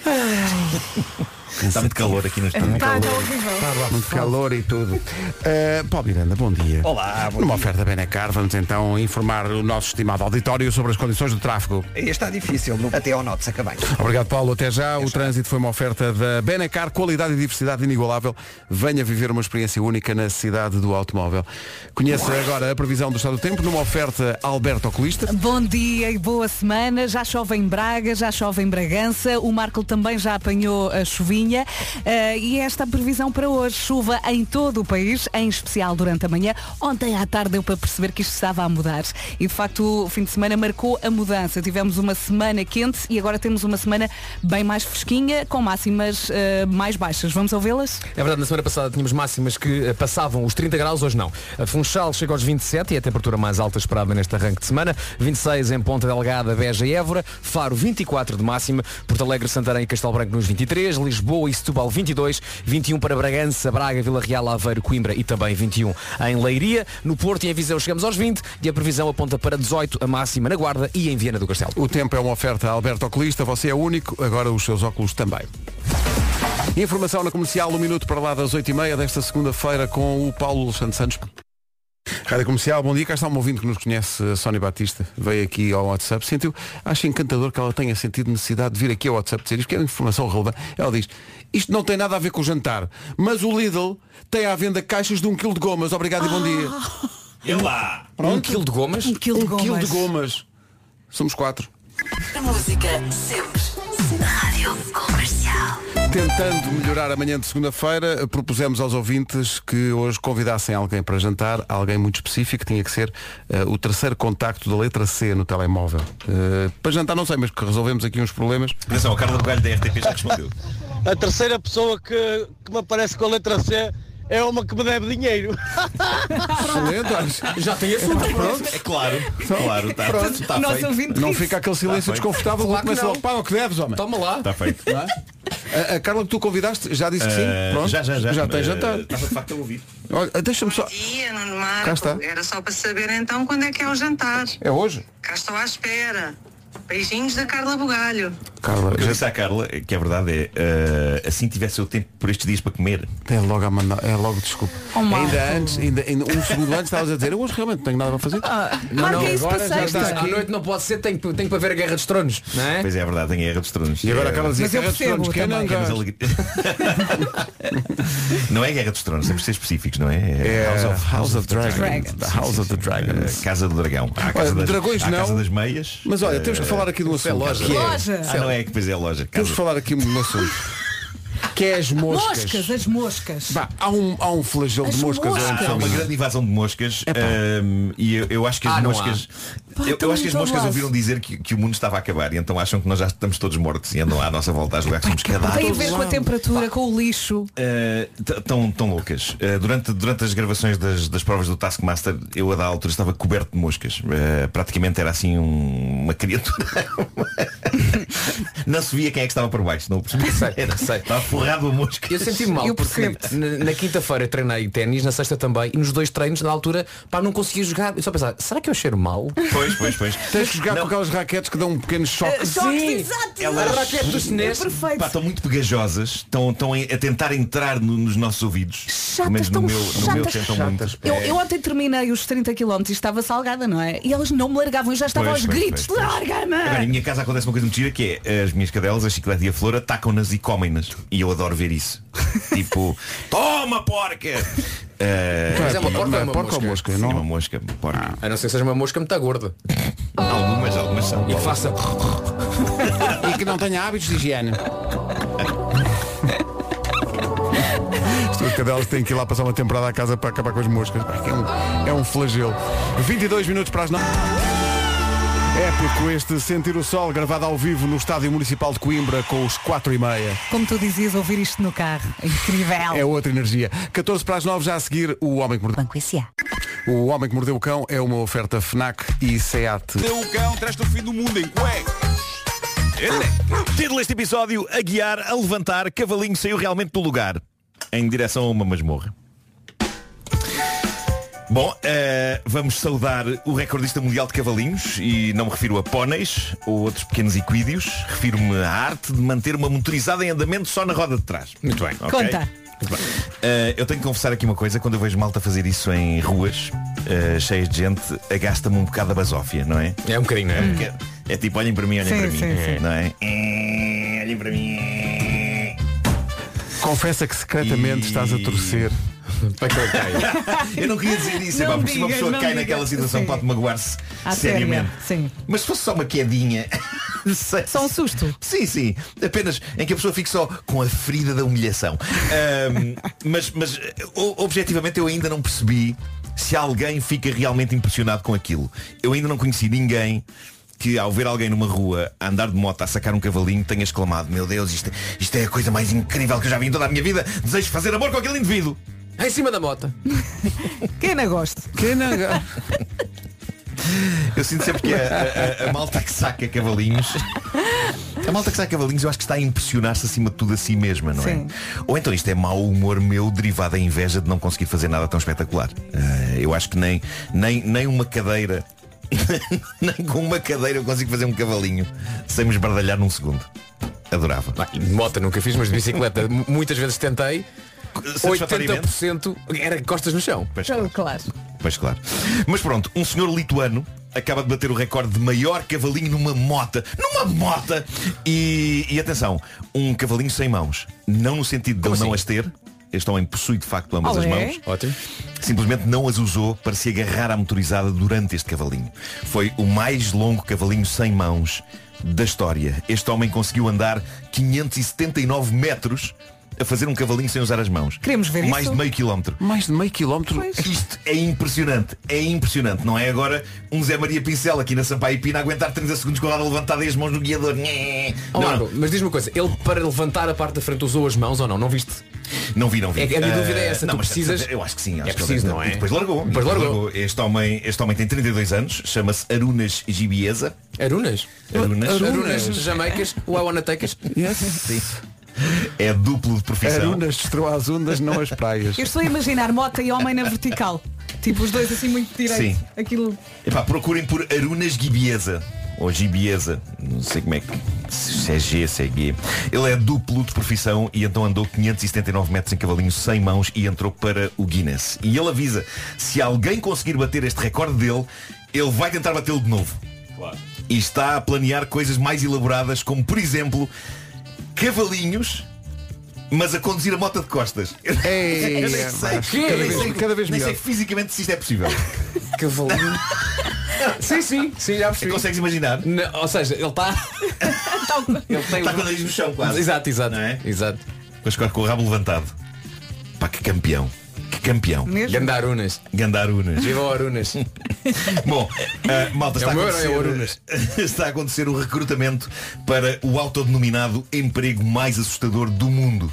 Está muito calor aqui no estúdio. Está, está horrível. Muito calor e tudo. Uh, Paulo Miranda, bom dia. Olá, bom Numa dia. oferta Benacar, vamos então informar o nosso estimado auditório sobre as condições do tráfego. Está difícil, no- até ao Notes acabei. Obrigado, Paulo. Até já. O trânsito foi uma oferta da Benacar, qualidade e diversidade inigualável. Venha viver uma experiência única na cidade do automóvel. Conheça agora a previsão do estado do tempo numa oferta Alberto Oculista. Bom dia e boa semana. Já chove em Braga, já chove em Bragança. O Marco também já apanhou a chuvinha. Uh, e esta a previsão para hoje. Chuva em todo o país, em especial durante a manhã. Ontem à tarde deu para perceber que isto estava a mudar. E de facto o fim de semana marcou a mudança. Tivemos uma semana quente e agora temos uma semana bem mais fresquinha, com máximas uh, mais baixas. Vamos ouvi-las? É verdade, na semana passada tínhamos máximas que eh, passavam os trinta graus, hoje não. A Funchal chega aos vinte e sete e é a temperatura mais alta esperada neste arranque de semana. vinte e seis em Ponta Delgada, Beja e Évora. Faro vinte e quatro de máxima. Porto Alegre, Santarém e Castelo Branco nos vinte e três. Lisboa e Setúbal vinte e dois. vinte e um para Bragança, Braga, Vila Real, Aveiro, Coimbra e também vinte e um em Leiria. No Porto e em Viseu chegamos aos vinte e a previsão aponta para dezoito a máxima na Guarda e em Viana do Castelo. O tempo é uma oferta Alberto Oculista. Você é único, agora os seus óculos também. Informação na comercial, um minuto para lá das oito e meia desta segunda-feira com o Paulo Alexandre Santos. Rádio Comercial, bom dia, cá está um ouvinte que nos conhece, a Sónia Batista, veio aqui ao WhatsApp, sentiu, acho encantador que ela tenha sentido necessidade de vir aqui ao WhatsApp dizer isto, que é informação relevante. Ela diz, isto não tem nada a ver com o jantar, mas o Lidl tem à venda caixas de um quilo de gomas, obrigado e bom dia. E lá! Um quilo de gomas? Um quilo de Um gomas. quilo de gomas. Somos quatro. A música sempre na Rádio Comercial. Tentando melhorar a manhã de segunda-feira, propusemos aos ouvintes que hoje convidassem alguém para jantar, alguém muito específico, tinha que ser uh, o terceiro contacto da letra C no telemóvel. Uh, para jantar não sei, mas que resolvemos aqui uns problemas. Atenção, a Carla Bugalho da R T P já respondeu. A terceira pessoa que, que me aparece com a letra C é uma que me deve dinheiro. Excelente, olha. Já tem assunto. Pronto. É claro, claro, está tá O nosso feito. ouvinte Não disse. fica aquele silêncio Tá feito. desconfortável, Claro que começa não. logo, paga o que deves, homem. Toma lá. Está feito. Não é? a, a Carla que tu convidaste já disse que sim. Eh, Pronto. já, já, já. Já tem Eh, jantar. Estava de facto a ouvir. Olha, deixa-me só. dia, Nuno Cá Marco. está. Era só para saber então quando é que é o jantar. É hoje? Cá estou à espera. Beijinhos da Carla Bugalho. Carla, O que eu já disse à Carla, que é verdade, é eh, assim tivesse o tempo por estes dias para comer. é logo a mandar, é logo desculpa. Oh, Marco. ainda antes, ainda, ainda um segundo antes estavas a dizer, eu hoje realmente não tenho nada para fazer. Ah, Não, marca não, isso agora para já sexta. está. À noite não pode ser, tem, que- tem para ver a Guerra dos Tronos, não é? Pois é, é verdade, tem a Guerra dos Tronos. E agora a É- Carla dizia Mas eu Guerra dos percebo Tronos, quem não também. Temos gosta? alegria. Não é Guerra dos Tronos, temos de ser específicos, não é? É House of, House of Dragons. Dragons. The House of the Dragons. Eh, Casa do Dragão. Há a Casa, Olha, das, dragões há a não. casa das Meias. Mas olha, temos que Eh, falar aqui de um assunto. loja. que é- Loja. Ah, não é que depois é a loja. Temos Casa, que falar aqui de um assunto. Que é as moscas. Moscas, as moscas. Bah, há, um, há um flagelo As de moscas. moscas. Há uma grande invasão de moscas um, e eu, eu acho que as Ah, não moscas Pá, eu, eu acho que as também moscas tô ouviram dizer que, que o mundo estava a acabar e então acham que nós já estamos todos mortos e andam à nossa volta a jogar que somos Tem a cadáveres. ver com a temperatura, com o lixo. Estão tão loucas. Uh, durante, durante as gravações das, das provas do Taskmaster, eu a da altura estava coberto de moscas. Uh, praticamente era assim um, uma criatura. Não se via quem é que estava por baixo, não percebi. Era, sei. Estava forrado a moscas. Eu senti-me mal Eu porque percebo. na, na quinta-feira treinei ténis, na sexta também, e nos dois treinos, na altura, pá, não conseguia jogar. Eu só pensava, será que eu cheiro mal? Pois, pois, pois. Tens que jogar Não. com aquelas raquetes que dão um pequeno choque. Choques, exato. Elas- A raquete do chinês. É perfeito. Pá, estão muito pegajosas, estão, estão a tentar entrar no- nos nossos ouvidos. Chatas, Pelo menos no tão meu, no meu chatas. tentam muito. Eu, É. eu ontem terminei os trinta quilómetros e estava salgada, não é? E elas não me largavam, eu já estava Pois, aos pois, gritos, pois, pois. larga-me! Agora, em minha casa acontece uma coisa muito gira que é as minhas cadelas, a Chiclete e a Flor, atacam-nas e comem-nas. E eu adoro ver isso. Tipo, toma porca! Eh, Mas é uma porca ou é uma Porca ou mosca? mosca? sim, Não? uma mosca, porca. A não ser que seja uma mosca muito gorda. Algumas, algumas são. E que faça. E que não tenha hábitos de higiene. As tuas cadelas têm que ir lá passar uma temporada à casa para acabar com as moscas. Pá, É um, é um flagelo. vinte e dois minutos para as nove. Épico este Sentir o Sol, gravado ao vivo no Estádio Municipal de Coimbra com os quatro e meia. Como tu dizias, ouvir isto no carro. É incrível. É outra energia. catorze para as nove, já a seguir, o Homem que Mordeu. Banco S A. O Homem que Mordeu o Cão é uma oferta FNAC e SEAT. Deu o cão, traz-te o fim do mundo em cuecas. Título deste episódio: a guiar, a levantar, cavalinho saiu realmente do lugar em direção a uma masmorra. Bom, eh, vamos saudar o recordista mundial de cavalinhos e não me refiro a póneis ou outros pequenos equídeos. Refiro-me à arte de manter uma motorizada em andamento só na roda de trás. Muito bem. Ok? Conta. Muito bem. Eh, eu tenho que confessar aqui uma coisa: quando eu vejo malta fazer isso em ruas eh, cheias de gente, agasta-me um bocado a basófia, não é? É um bocadinho, não é? Porque é tipo, olhem para mim, olhem Sim, para mim, sim, sim. não é? Eh, Olhem para mim. Confessa que secretamente E- estás a torcer. Para que ele caia. Eu não queria dizer isso, Não é pá, porque se uma digas, pessoa não cai digas. naquela situação Sim. pode magoar-se À seriamente. séria, sim. Mas se fosse só uma quedinha. sei- Só um susto. Sim, sim. Apenas em que a pessoa fique só com a ferida da humilhação. Ahm, mas, mas o- objetivamente eu ainda não percebi se alguém fica realmente impressionado com aquilo. Eu ainda não conheci ninguém que ao ver alguém numa rua a andar de moto a sacar um cavalinho tenha exclamado: meu Deus, isto, isto é a coisa mais incrível que eu já vi em toda a minha vida. Desejo fazer amor com aquele indivíduo. Em cima da moto. Quem não gosta? Que não... Eu sinto sempre que a, a- a malta que saca cavalinhos A malta que saca cavalinhos eu acho que está a impressionar-se acima de tudo a si mesma, não é? Sim. Ou então isto é mau humor meu derivado da inveja de não conseguir fazer nada tão espetacular. Ah, eu acho que nem, nem, nem uma cadeira nem com uma cadeira eu consigo fazer um cavalinho sem me esbardalhar num segundo. Adorava. Ah, de moto nunca fiz, mas de bicicleta m- muitas vezes tentei. oitenta Satisfatoriamente. por cento era costas no chão. Pois claro. Claro. Pois claro. Mas pronto, um senhor lituano acaba de bater o recorde de maior cavalinho numa mota. Numa mota! E, e atenção, um cavalinho sem mãos. Não no sentido de ele não as ter. Este homem possui de facto ambas as Olé. mãos. Ótimo. Simplesmente não as usou para se agarrar à motorizada durante este cavalinho. Foi o mais longo cavalinho sem mãos da história. Este homem conseguiu andar quinhentos e setenta e nove metros a fazer um cavalinho sem usar as mãos. Queremos ver Mais isso? de meio quilómetro. Mais de meio quilómetro. Isto é impressionante, é impressionante. Não é agora um Zé Maria Pincel aqui na Sampaio Pina a aguentar trinta segundos com a roda levantada e as mãos no guiador. Oh, Não, Marco, mas diz-me uma coisa, ele para levantar a parte da frente usou as mãos ou não? Não viste? não vi, não vi. É que a minha Ah, dúvida é essa, não, tu mas precisas- Eu acho que sim. Acho É que ele preciso, deve- não é? E depois largou. Depois largou. Este homem, este homem tem trinta e dois anos, chama-se Arunas Gibiesa. Arunas? Arunas. Arunas, Jamaicas, o I wanna take us. Sim. É duplo de profissão. Arunas destruiu as ondas, não as praias. Eu estou a imaginar moto e homem na vertical. Tipo os dois assim muito direitos. Sim. Aquilo. Epá, procurem por Arunas Gibiesa. Ou Gibiesa. Não sei como é que. Se é G, se é G. Ele é duplo de profissão e então andou quinhentos e setenta e nove metros em cavalinho sem mãos e entrou para o Guinness. E ele avisa, se alguém conseguir bater este recorde dele, ele vai tentar batê-lo de novo. Claro. E está a planear coisas mais elaboradas, como por exemplo, cavalinhos, mas a conduzir a moto de costas. Ei, Eu nem sei, mas eu cada nem vez- sei- cada vez nem melhor. sei fisicamente se isto é possível. Cavalinho. Sim, sim, sim, já percebi. Consegues imaginar? Não, ou seja, ele está. ele tem Está com o nariz no chão quase. Exato, exato. Não é? Exato. com, com o rabo levantado. Pá, que campeão. Que campeão. Gandarunas. Gandarunas. Viva o Arunas. Bom, uh, malta, está, é a acontecer, está a acontecer o recrutamento para o autodenominado emprego mais assustador do mundo.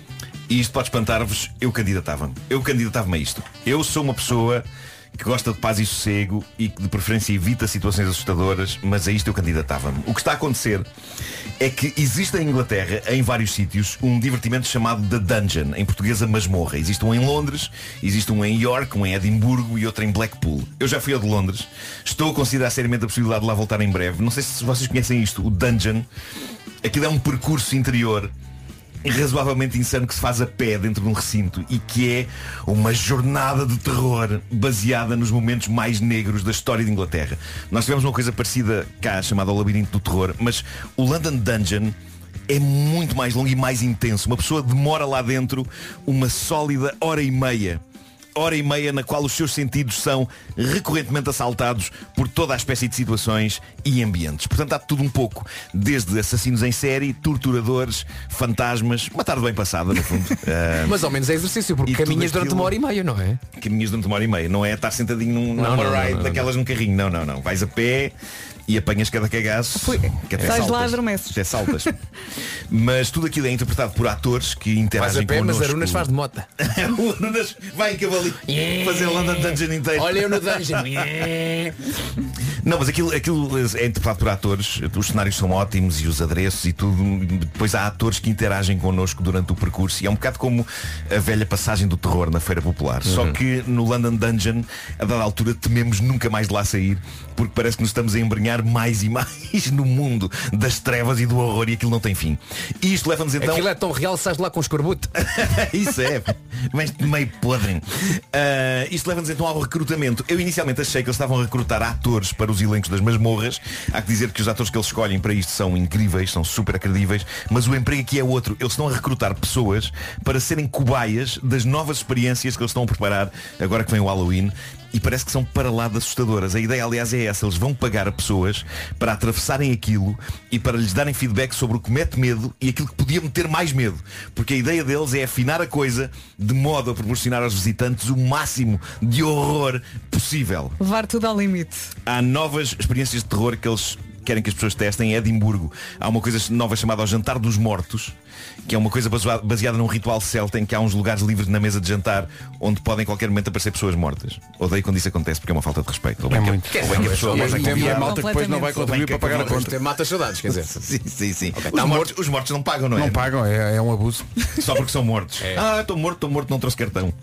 E isto pode espantar-vos, eu candidatava-me. Eu candidatava-me a isto. Eu sou uma pessoa que gosta de paz e sossego e que de preferência evita situações assustadoras, mas a isto eu candidatava-me. O que está a acontecer é que existe em Inglaterra, em vários sítios, um divertimento chamado The Dungeon, em português a masmorra. Existe um em Londres, existe um em York, um em Edimburgo e outro em Blackpool. Eu já fui ao de Londres, estou a considerar seriamente a possibilidade de lá voltar em breve. Não sei se vocês conhecem isto, o Dungeon. Aquilo é um percurso interior razoavelmente insano que se faz a pé dentro de um recinto e que é uma jornada de terror baseada nos momentos mais negros da história de Inglaterra. Nós tivemos uma coisa parecida cá chamada o Labirinto do Terror, mas o London Dungeon é muito mais longo e mais intenso. Uma pessoa demora lá dentro uma sólida hora e meia. Hora e meia na qual os seus sentidos são recorrentemente assaltados por toda a espécie de situações e ambientes. Portanto, há tudo um pouco, desde assassinos em série, torturadores, fantasmas, uma tarde bem passada, no fundo. uh, Mas ao menos é exercício, porque caminhas durante uma hora e meia, não é? Caminhas durante uma hora e meia, não é estar sentadinho num, não, numa não, ride não, não, daquelas não. num carrinho. Não, não, não. Vais a pé e apanhas cada cagaço. Fui. Que até Sais saltas. lá, adormeces. Até saltas. Mas tudo aquilo é interpretado por atores que interagem faz a pé, connosco. mas Arunas faz de mota. O Arunas vai em cavalinho yeah. fazer London Dungeon inteiro. Olha eu no Dungeon. Yeah. Não, mas aquilo, aquilo é interpretado por atores. Os cenários são ótimos e os adereços e tudo. Depois há atores que interagem connosco durante o percurso. E é um bocado como a velha passagem do terror na Feira Popular. Uhum. Só que no London Dungeon, a dada altura, tememos nunca mais de lá sair, porque parece que nos estamos a embrenhar mais e mais no mundo das trevas e do horror, e aquilo não tem fim. E isto leva-nos então... Aquilo é tão real, sais lá com escorbuto. Isso é, mas meio podre. Uh, isto leva-nos então ao recrutamento. Eu inicialmente achei que eles estavam a recrutar atores para os elencos das masmorras. Há que dizer que os atores que eles escolhem para isto são incríveis, são super acredíveis, mas o emprego aqui é outro. Eles estão a recrutar pessoas para serem cobaias das novas experiências que eles estão a preparar agora que vem o Halloween. E parece que são para lá de assustadoras. A ideia, aliás, é essa. Eles vão pagar a pessoas para atravessarem aquilo e para lhes darem feedback sobre o que mete medo e aquilo que podia meter mais medo. Porque a ideia deles é afinar a coisa de modo a proporcionar aos visitantes o máximo de horror possível. Levar tudo ao limite. Há novas experiências de terror que eles querem que as pessoas testem. Em Edimburgo há uma coisa nova chamada o Jantar dos Mortos, que é uma coisa baseada num ritual celta em que há uns lugares livres na mesa de jantar onde podem em qualquer momento aparecer pessoas mortas. Odeio quando isso acontece porque é uma falta de respeito. Ou bem é que, muito. ou bem que a pessoa gosta de tem convidar. a malta que depois não vai contribuir para pagar a conta. Mata saudades, quer dizer. Sim, sim, sim. Okay, Os, tá mortos, os mortos não pagam, não é? Não pagam, é, é um abuso. Só porque são mortos. É. Ah, estou morto, estou morto, não trouxe cartão.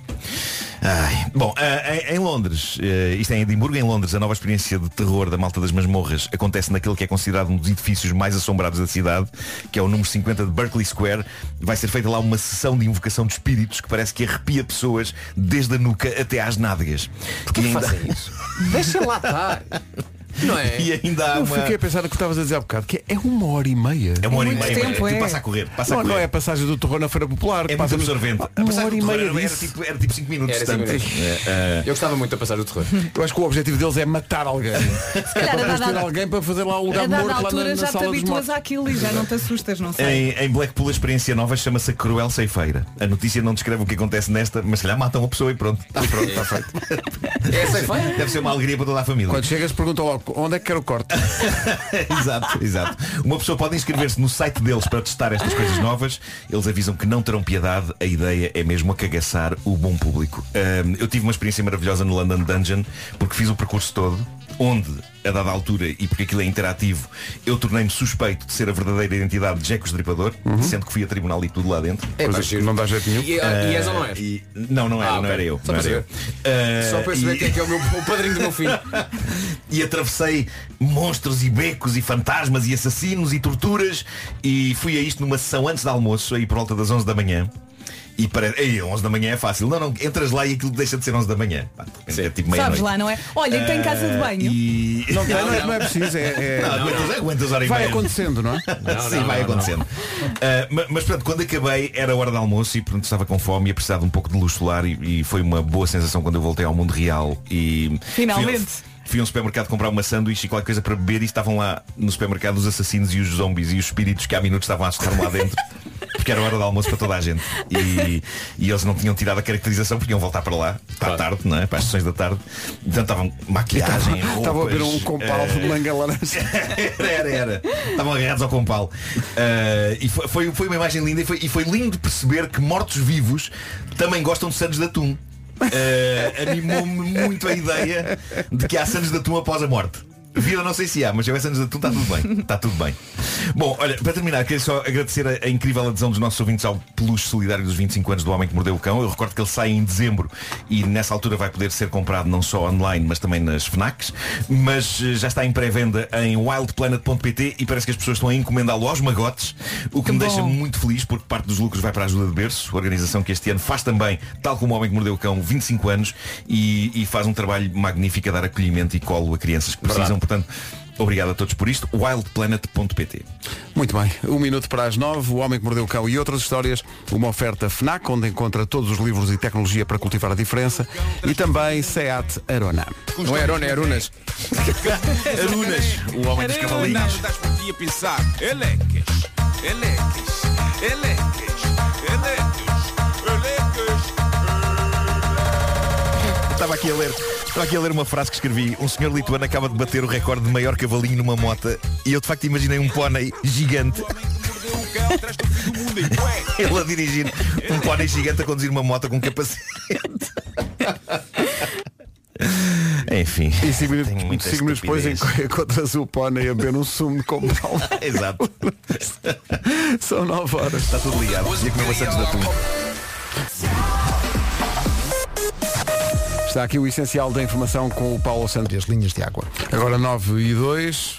Ai. Bom, uh, em, em Londres, uh, isto é em Edimburgo, em Londres, a nova experiência de terror da malta das masmorras acontece naquele que é considerado um dos edifícios mais assombrados da cidade, que é o número cinquenta de Berkeley Square. Vai ser feita lá uma sessão de invocação de espíritos que parece que arrepia pessoas desde a nuca até às nádegas. Porquê que ainda... fazem isso? Deixa lá estar. Não é? E ainda há Eu uma... fiquei a pensar no que estavas a dizer há bocado, que é uma hora e meia. É uma hora e Muito meia, tempo, mas é. tu passa a correr, passa Não, a correr. não é a passagem do terror na Feira Popular. É que muito passa absorvente. A Uma passagem hora do e terror meia era, era, disso. tipo, era tipo cinco minutos. Era cinco tanto. minutos. Uh, Eu gostava muito da passagem do terror. Eu acho que o objetivo deles é matar alguém. Se É calhar para a depois ter dada, alguém para fazer lá o a lugar dada morto lá altura na, na já te sala dos habituas mortos. àquilo e já não te assustas, não sei. Em, em Blackpool a experiência nova chama-se a Cruel Ceifeira. A notícia não descreve o que acontece nesta, mas se calhar matam uma pessoa e pronto. E pronto, está feito. É ceifeira? Deve ser uma alegria para toda a família. Quando chegas pergunta logo onde é que quer o corte. Exato, exato. Uma pessoa pode inscrever-se no site deles para testar estas coisas novas. Eles avisam que não terão piedade. A ideia é mesmo acagaçar o bom público. Um, eu tive uma experiência maravilhosa no London Dungeon porque fiz o percurso todo, onde, a dada altura, e porque aquilo é interativo, eu tornei-me suspeito de ser a verdadeira identidade de Jack o Estripador, uhum. sendo que fui a tribunal e tudo lá dentro. É, Coisa que não dá jeito nenhum. E, e és ou não és? E, não, não era, Ah, não okay. era eu. Só Não para era eu. Uh, Só para saber e... quem é que é o, meu, o padrinho do meu filho. E atravessei monstros e becos e fantasmas e assassinos e torturas e fui a isto numa sessão antes do almoço, aí por volta das onze da manhã. E para aí, onze da manhã é fácil. Não, não, entras lá e aquilo deixa de ser onze da manhã. Pá, é tipo Sabes lá, não é? Olha, tem casa de banho. E... Não, não, não, é, não é preciso. É, é... Não, aguentas, aguentas hora e Vai meia. acontecendo, não é? Não, Sim, não, vai não, acontecendo. Uh, mas, mas pronto, quando acabei era hora de almoço e pronto, estava com fome e a precisar de um pouco de luz solar e, e foi uma boa sensação quando eu voltei ao mundo real e Finalmente. Fui, fui a um supermercado comprar uma sanduíche e qualquer coisa para beber e estavam lá no supermercado os assassinos e os zombies e os espíritos que há minutos estavam a assustar-me lá dentro. Porque porque era hora de almoço para toda a gente. E, e eles não tinham tirado a caracterização porque iam voltar para lá, para a tarde, não é? Para as sessões da tarde. Então estavam maquiagem, roupas. Estavam a ver um compal uh, de manga laranja. Era, era, era. Estavam agarrados ao compal. Uh, e foi, foi, foi uma imagem linda e foi, e foi lindo perceber que mortos-vivos também gostam de sandes de atum. Uh, animou-me muito a ideia de que há sandes de atum após a morte. Vida não sei se há, mas se houver sandes de atum está tudo bem. Está tudo bem. Bom, olha, para terminar, queria só agradecer a, a incrível adesão dos nossos ouvintes ao peluche solidário dos vinte e cinco anos do Homem que Mordeu o Cão. Eu recordo que ele sai em dezembro e nessa altura vai poder ser comprado não só online, mas também nas FNACs. Mas já está em pré-venda em wildplanet ponto pt e parece que as pessoas estão a encomendá-lo aos magotes, o que, que me bom. deixa muito feliz, porque parte dos lucros vai para a Ajuda de Berço, organização que este ano faz também, tal como o Homem que Mordeu o Cão, vinte e cinco anos e, e faz um trabalho magnífico a dar acolhimento e colo a crianças que precisam. Verdade. Portanto, obrigado a todos por isto. wildplanet ponto pt. Muito bem, um minuto para as nove. O Homem que Mordeu o Cão e outras histórias. Uma oferta FNAC, onde encontra todos os livros e tecnologia para cultivar a diferença. E também SEAT Arona. Não é Arona, é Arunas. Arunas, o homem dos cavalinhos. Estava aqui a ler Estava aqui a ler uma frase que escrevi. Um senhor lituano acaba de bater o recorde de maior cavalinho numa mota. E eu de facto imaginei um pônei gigante. Ele a dirigir um pônei gigante a conduzir uma moto com capacete. Enfim. E cinco minutos, cinco minutos depois encontras o pônei a beber um sumo de compal. Exato. São nove horas. Está tudo ligado. E a comer maçãs de atum. Está aqui o essencial da informação com o Paulo Santos. As linhas de água. Agora nove e dois.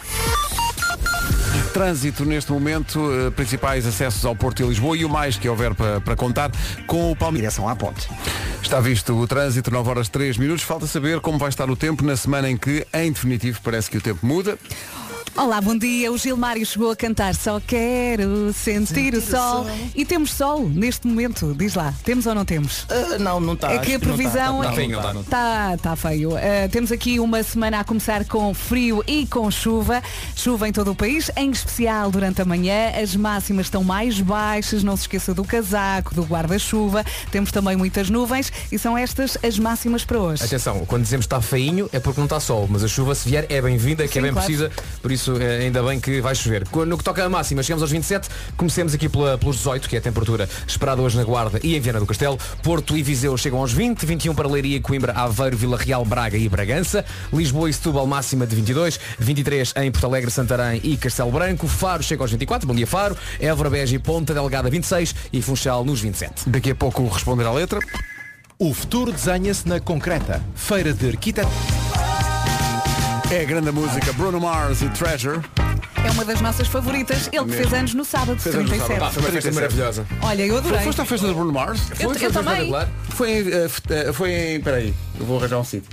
Trânsito neste momento, eh, principais acessos ao Porto e Lisboa e o mais que houver para, para contar com o Palmeiras. Direção à ponte. Está visto o trânsito, nove horas três minutos. Falta saber como vai estar o tempo na semana em que, em definitivo, parece que o tempo muda. Olá, bom dia. O Gilmário chegou a cantar Só quero sentir, sentir o sol. sol. E temos sol neste momento. Diz lá, temos ou não temos? Uh, não, não está. É que a previsão está tá feio. Uh, temos aqui uma semana a começar com frio e com chuva. Chuva em todo o país, em especial durante a manhã. As máximas estão mais baixas. Não se esqueça do casaco, do guarda-chuva. Temos também muitas nuvens e são estas as máximas para hoje. Atenção, quando dizemos está feinho é porque não está sol, mas a chuva se vier é bem-vinda, que Sim, é bem claro. precisa. Por isso ainda bem que vai chover. No que toca a máxima, chegamos aos vinte e sete. Comecemos aqui pela, pelos dezoito, que é a temperatura esperada hoje na Guarda e em Viana do Castelo. Porto e Viseu chegam aos vinte, vinte e um para Leiria, Coimbra, Aveiro, Vila Real, Braga e Bragança. Lisboa e Setúbal máxima de vinte e dois, vinte e três em Porto Alegre, Santarém e Castelo Branco. Faro chega aos vinte e quatro, bom dia Faro. Évora, Beja e Ponta Delgada vinte e seis e Funchal nos vinte e sete. Daqui a pouco responder à letra. O futuro desenha-se na Concreta, feira de arquitetura. É a grande música Bruno Mars e Treasure. É uma das nossas favoritas. Ele que fez anos no sábado, fez trinta e sete. Ah, foi uma festa maravilhosa. Olha, eu adorei. Foste à festa do Bruno Mars? Eu, foi, eu, eu também. Foi em... Uh, foi em... Peraí, eu vou arranjar um sítio.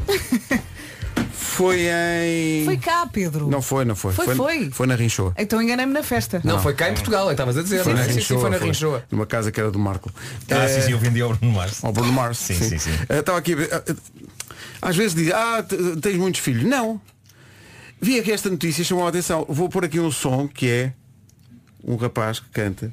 Foi em... Foi cá, Pedro. Não foi, não foi. Foi, foi. Foi, foi na Rinchoa. Então enganei-me na festa. Não, não, foi cá em Portugal, estavas a dizer. Foi, não, na sim, Rinchoa, sim, foi na foi Rinchoa. Numa casa que era do Marco. Ah, é... sim, sim, eu vendi ao Bruno Mars. Ao Bruno Mars, sim. sim, sim, sim. Uh, estava aqui... Uh, às vezes diz, ah, tens muitos filhos. Não. Vi aqui esta notícia, chamou a atenção. Vou pôr aqui um som que é um rapaz que canta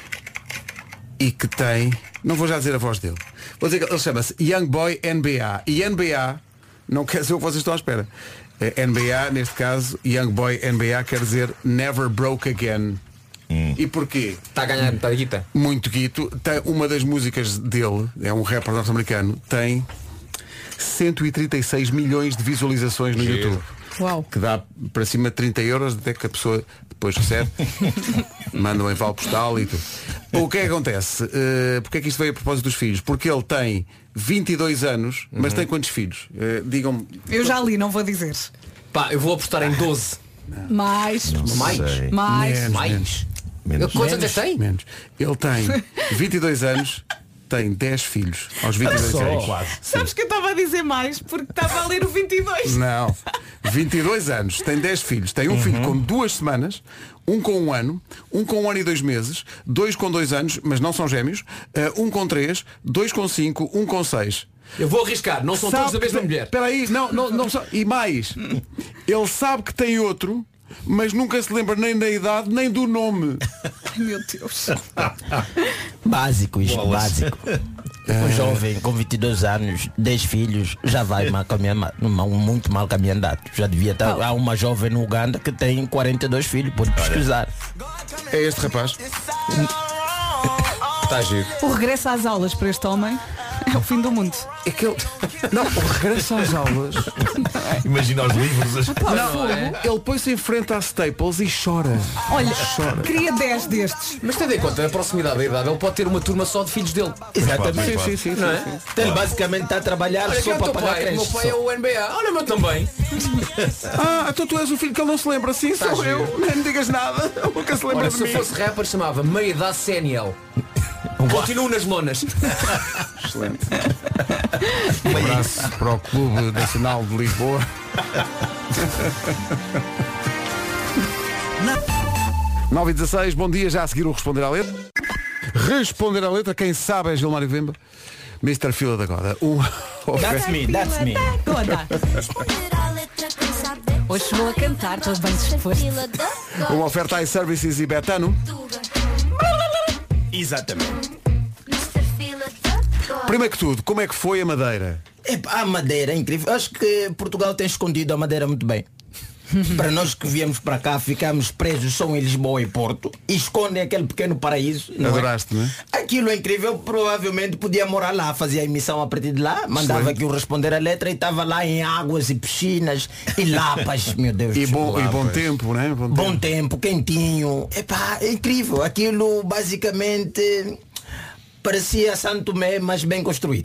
e que tem, não vou já dizer a voz dele, vou dizer que ele chama-se Young Boy N B A. E N B A não quer dizer o que vocês estão à espera. N B A, neste caso, Young Boy N B A quer dizer Never Broke Again. Hum. E porquê? Está a ganhar muita guita. Muito guito. Tem uma das músicas dele, é um rapper norte-americano, tem cento e trinta e seis milhões de visualizações no YouTube. Uau. Que dá para cima de trinta euros, até que a pessoa depois recebe, manda um envalo postal e tudo. O que é que acontece? Uh, porque é que isto veio a propósito dos filhos? Porque ele tem vinte e dois anos, uhum. mas tem quantos filhos? Uh, digam-me. Eu já li, não vou dizer. Pá, eu vou apostar em doze. Não. Mais. Não mais. Sei. Mais. Menos, mais. Menos. Quantos anos tem? Menos. Ele tem vinte e dois anos. Tem dez filhos aos vinte e dois anos. Quase. Sabes que eu estava a dizer mais porque estava a ler o vinte e dois. Não. vinte e dois anos, tem dez filhos. Tem um uhum. filho com duas semanas, um com um ano, um com um ano e dois meses, dois com dois anos, mas não são gêmeos, um com três, dois com cinco, um com seis. Eu vou arriscar, não são sabe todos a mesma que... mulher. Espera aí, não, não, não, e mais, ele sabe que tem outro, mas nunca se lembra nem da idade nem do nome. Ai, meu Deus. Básicos, Bolas. básico. Um jovem com vinte e dois anos, dez filhos, já vai mal caminhar, muito mal caminhando. Já devia estar. Há uma jovem no Uganda que tem quarenta e dois filhos, pode pesquisar. É este rapaz. Está giro. O regresso às aulas para este homem é o fim do mundo. É que ele... Não, o regresso às aulas. Imagina os livros. As... Não, ele põe-se em frente à Staples e chora. Olha, chora. queria dez destes. Mas tendo em conta a proximidade da idade, ele pode ter uma turma só de filhos dele. Exatamente. Sim, sim, sim, Não é? sim, sim. Então ele basicamente está a trabalhar Olha, só quem é o para teu pagar pai? O creche. meu pai é o N B A. Olha, o meu também. Ah, então tu és o filho que ele não se lembra. Sim, Tá sou giro. eu. Nem me digas nada. Ele nunca se lembra Olha, de se eu mim. fosse rapper, chamava Meia Idade C N L. Continuo nas lonas. Excelente. Um abraço para o Clube Nacional de Lisboa. nove e dezasseis, bom dia, já a seguir o Responder à Letra. Responder à Letra, quem sabe é Gilmário Vemba. mister Fila da Goda. Um... That's me, that's me. Toda. Hoje vou a cantar, estou bem disposto. Uma oferta iServices e Betano. Exatamente. Primeiro que tudo, como é que foi a Madeira? Epá, a Madeira é incrível. Acho que Portugal tem escondido a Madeira muito bem. Para nós que viemos para cá, ficamos presos só em Lisboa e Porto e escondem aquele pequeno paraíso. Não Adoraste, é? não é? Aquilo é incrível, provavelmente podia morar lá, fazia a emissão a partir de lá, mandava Excelente. aqui o Responder a Letra e estava lá em águas e piscinas e lapas, meu Deus. E bom, e bom pois. tempo, né? Bom Bom tempo. tempo, quentinho. Epá, é incrível. Aquilo basicamente parecia Santo Tomé, mas bem construído.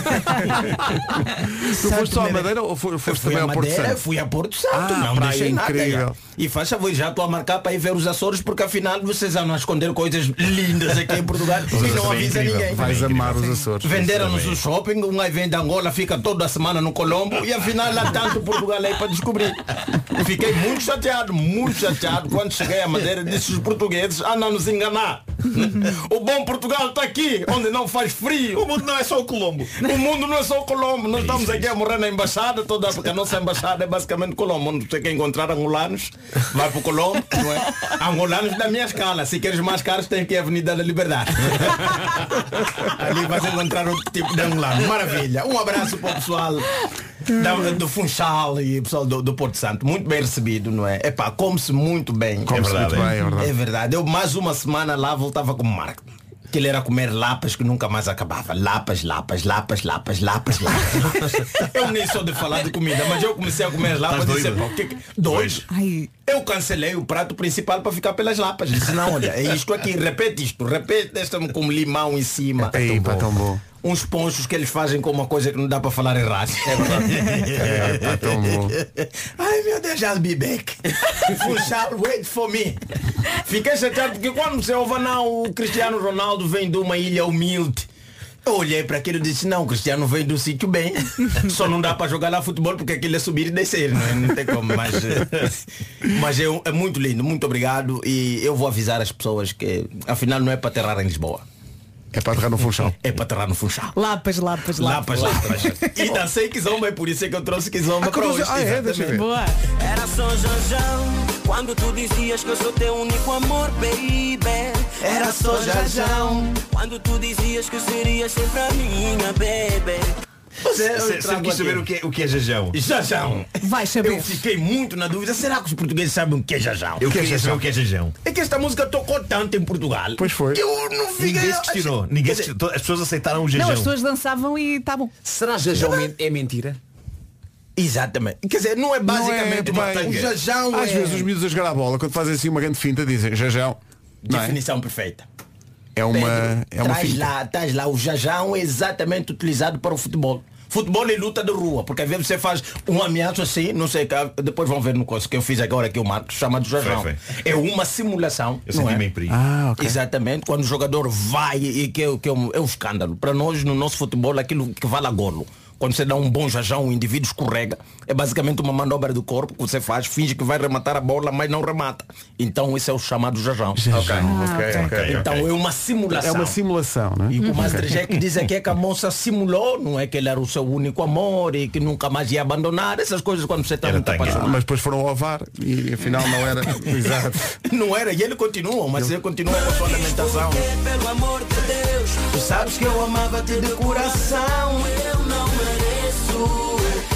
Tu foste só a Madeira ou fo- foste Fui também a ao Porto Madeira, Santo? fui a Porto Santo, Ah, não praia deixei nada. incrível. Já. E faz favor, já estou a marcar para ir ver os Açores, porque afinal vocês andam a esconder coisas lindas aqui em Portugal e não Açores é avisa incrível. ninguém. Vais amar os Açores. Venderam-nos o shopping, um aí vem de Angola, fica toda a semana no Colombo e afinal lá tanto Portugal aí para descobrir. Fiquei muito chateado, muito chateado quando cheguei à Madeira, disse os portugueses andam a nos enganar. O bom Portugal está aqui, onde não faz frio. O mundo não é só o Colombo. O mundo não é só o Colombo. Nós estamos aqui a morrer na embaixada toda, porque a nossa embaixada é basicamente Colombo. Onde você quer encontrar angolanos, vai para o Colombo, não é? Angolanos da minha escala. Se queres mais caros, tem que ir à Avenida da Liberdade. Ali vais encontrar outro tipo de angolano. Maravilha. Um abraço para o pessoal da, do Funchal e o pessoal do, do Porto Santo. Muito bem recebido, não é? Epá, come-se muito bem. Come-se É verdade, muito é. bem, é verdade. É verdade. Eu mais uma semana lá voltava como Marco. Que ele era comer lapas que nunca mais acabava. Lapas, lapas, lapas, lapas, lapas, lapas. Eu nem sou de falar de comida, mas eu comecei a comer lapas e Estás disse, doido? pô, que, que... doido. Ai, Eu cancelei o prato principal para ficar pelas lapas. Disse, não, olha, é isto aqui, repete isto, repete, deixa-me com limão em cima. Aí, pá, tão bom. Uns ponchos que eles fazem com uma coisa que não dá para falar errado. É verdade. É, pá, tão bom. Ai meu Deus, I'll be back. Funchal, wait for me. Fiquei chateado porque quando você ouve, não, o Cristiano Ronaldo vem de uma ilha humilde. Eu olhei para aquilo e disse, não, o Cristiano vem de um sítio bem. Só não dá para jogar lá futebol porque aquilo é subir e descer, não, é? Não tem como. Mas, mas é, é muito lindo, muito obrigado. E eu vou avisar as pessoas que afinal não é para aterrar em Lisboa. É para aterrar no Funchal. É para aterrar no Funchal. lapas, lapas, lapas. Lapas, lapas. E dancei Kizomba, é por isso é que eu trouxe Kizomba Ah, para hoje. ah, é, deixa eu ver. Boa. Era só jajão quando tu dizias que eu sou teu único amor, baby. Era só jajão quando tu dizias que serias sempre a minha, baby. Você, Sempre sempre quis saber o que é, o que é jajão. Jajão. Vai saber. Eu fiquei muito na dúvida. Será que os portugueses sabem o que é jajão? Eu que é queria saber jajão? o que é jajão. É que esta música tocou tanto em Portugal. Pois foi. Eu não fiquei... Ninguém se questionou. Ninguém se questionou. As pessoas aceitaram o jajão. Não, as pessoas dançavam e tá bom. Será jajão men- é mentira? Exatamente. Quer dizer, não é basicamente Não uma é, bem, tanga. O jajão Às é... vezes os miúdos a jogar a bola, quando fazem assim uma grande finta, dizem jajão. Não é? Definição perfeita. É uma, Pedro, é uma traz finta. lá, traz lá. O jajão é exatamente utilizado para o futebol. Futebol e luta de rua, porque às vezes você faz um ameaço assim, não sei, depois vão ver no curso que eu fiz agora aqui o Marcos, chamado jajão. Foi, É uma simulação. Eu não senti-me é? em perigo. Ah, ok. Exatamente, quando o jogador vai e que, é, que é, um, é um escândalo. Para nós, no nosso futebol, aquilo que vale a golo. Quando você dá um bom jajão, o indivíduo escorrega. É basicamente uma manobra do corpo que você faz, finge que vai rematar a bola, mas não remata. Então esse é o chamado jajão. jajão. Okay. Ah, Okay, okay, então okay. é uma simulação. É uma simulação, não é? E o Okay. Master Jack diz aqui é que a moça simulou, não é que ele era o seu único amor e que nunca mais ia abandonar. Essas coisas quando você está muito apaixonado. Mas depois foram ao V A R e afinal não era. Exato. Não era, e ele continua, mas ele continua com a sua alimentação. Pelo amor de Deus, tu sabes que eu amava-te de coração. Eu não mereço,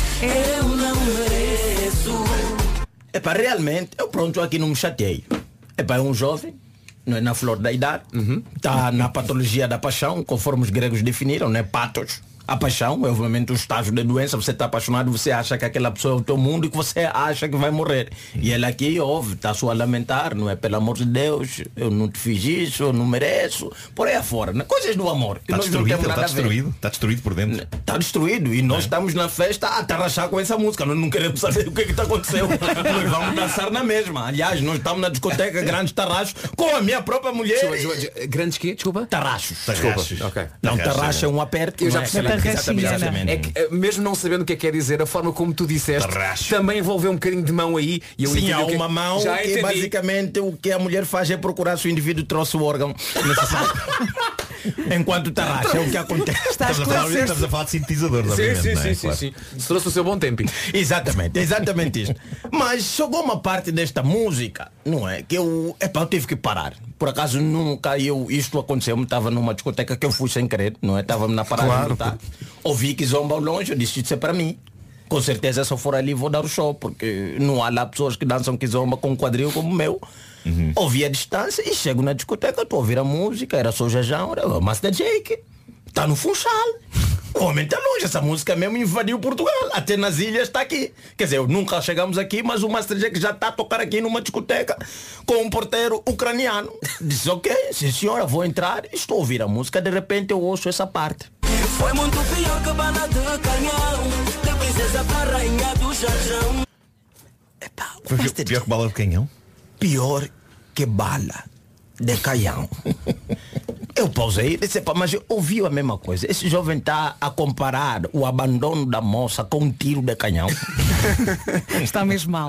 eu não mereço. Epá, realmente, eu pronto aqui não me chateei. Epá, é um jovem, não é na flor da idade, está na patologia da paixão, conforme os gregos definiram, não é patos. A paixão é obviamente um estágio de doença. Você está apaixonado, você acha que aquela pessoa é o teu mundo e que você acha que vai morrer. E ele aqui, ouve, está só a lamentar, não é? Pelo amor de Deus, eu não te fiz isso, eu não mereço. Por aí afora, né? Coisas do amor. Está destruído, está destruído, está destruído por dentro. Está destruído e nós é. estamos na festa a tarrachar com essa música. Nós não queremos saber o que é que está acontecendo. Nós vamos dançar na mesma. Aliás, nós estamos na discoteca Grandes Tarrachos com a minha própria mulher. Desculpa, desculpa, grandes quê? Desculpa? Tarrachos. Tarrachos. Okay. Não, tarracha é um aperto. Eu já é? percebi. Exatamente, exatamente. É que, mesmo não sabendo o que é que quer dizer, a forma como tu disseste Tarracho. também envolveu um bocadinho de mão aí. E eu Sim, há que... uma mão já que entendi. basicamente o que a mulher faz é procurar se o indivíduo trouxe o órgão necessário. Enquanto tarracha, é o que acontece. Estamos a, falar, estamos a falar de sintetizadores, sim, sim, é? sim, Claro. sim, sim. Se trouxe o seu bom tempo. Exatamente, exatamente isso. Mas chegou uma parte desta música, não é? Que eu, epá, eu tive que parar. Por acaso nunca eu, isto aconteceu, estava numa discoteca que eu fui sem querer, não é? Estava na parada Claro, militar. Ouvi que zomba ao longe, eu disse, isso é para mim. Com certeza se eu for ali vou dar o show, porque não há lá pessoas que dançam kizomba com um quadril como o meu. Uhum. Ouvi a distância e chego na discoteca, estou a ouvir a música, era só Jajão, era o Master Jake. Está no Funchal. O homem está longe, essa música mesmo invadiu Portugal. Até nas ilhas está aqui. Quer dizer, nunca chegamos aqui, mas o Master Jake já está a tocar aqui numa discoteca com um porteiro ucraniano. Disse, ok, sim senhora, vou entrar. Estou a ouvir a música, de repente eu ouço essa parte. Foi muito pior que bala de canhão, de princesa para rainha do Jajão. Epá, Foi Master pior que bala de canhão? Pior que bala de canhão. Eu pausei e disse, mas eu ouvi a mesma coisa. Esse jovem está a comparar o abandono da moça com um tiro de canhão. Está mesmo mal.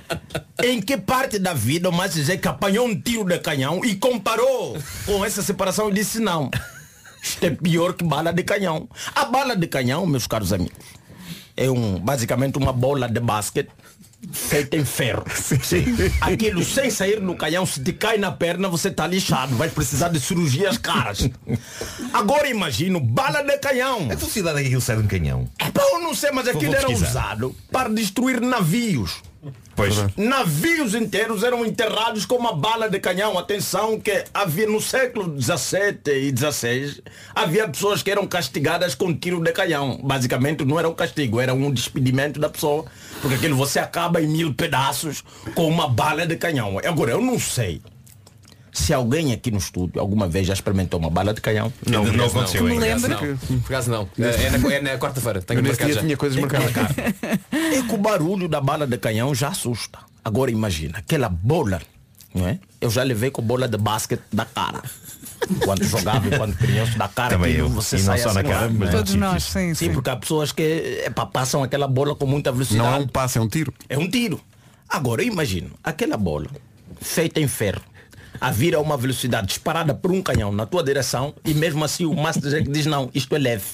Em que parte da vida o Master Jake apanhou um tiro de canhão e comparou com essa separação e disse não. Isto é pior que bala de canhão. A bala de canhão, meus caros amigos, é um, basicamente uma bola de basquete feita em ferro. Sim. Aquilo sem sair no canhão, se te cai na perna, você está lixado. Vai precisar de cirurgias caras. Agora imagino, bala de canhão. A velocidade é que aquilo sai de um canhão. Epá, eu não sei, mas aquilo era usado para destruir navios. Pois. Navios inteiros eram enterrados com uma bala de canhão. Atenção que havia no século dezassete e dezasseis havia pessoas que eram castigadas com tiro de canhão. Basicamente não era um castigo, era um despedimento da pessoa. Porque aquilo você acaba em mil pedaços com uma bala de canhão. Agora eu não sei se alguém aqui no estúdio alguma vez já experimentou uma bala de canhão. Não, não, não aconteceu Me ainda. lembro. Não, por acaso não. É na, é na quarta-feira. Tenho Nesse marcado dia já. tinha coisas marcadas. É que o barulho da bala de canhão já assusta. Agora imagina, aquela bola, não é? Eu já levei com bola de basquete da cara. Quando jogava e quando criança da cara, Também aquilo, eu. você E não sai só na assim, cara, não é? mas Todos sim, nós, sim. sim, Sim, sim. porque há pessoas que epá, passam aquela bola com muita velocidade. Não é um passe, é um tiro. É um tiro. Agora eu imagino, aquela bola feita em ferro a vir a uma velocidade disparada por um canhão na tua direção e mesmo assim o Master Jack diz não, isto é leve.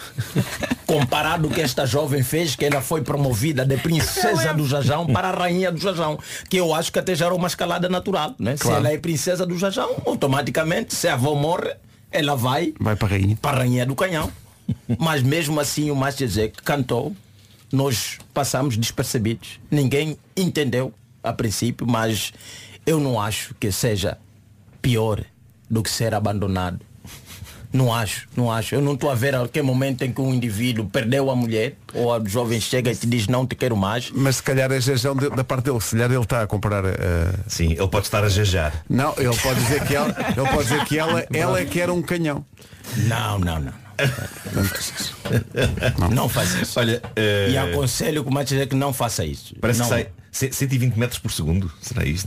Comparado o que esta jovem fez, que ela foi promovida de princesa do Jajão para a rainha do Jajão, que eu acho que até já era uma escalada natural, né? Claro. Se ela é princesa do Jajão, automaticamente, se a avó morre, ela vai Vai para a rainha. para a rainha do canhão. Mas mesmo assim o Master Jack cantou, nós passamos despercebidos. Ninguém entendeu a princípio, mas eu não acho que seja pior do que ser abandonado. Não acho, não acho. Eu não estou a ver a que momento em que um indivíduo perdeu a mulher ou a jovem chega e te diz não te quero mais. Mas se calhar é jejão de- da parte dele. Se calhar ele está a comparar. Uh... Sim, ele pode estar a jajar. Não, ele pode dizer que ela, ele pode dizer que ela, ela é que era um canhão. Não, não, não. Não faz isso. Não, não faz isso. Olha, eh, E aconselho que o Master Jack não faça isso. parece não. que sai c- cento e vinte metros por segundo. Será isto?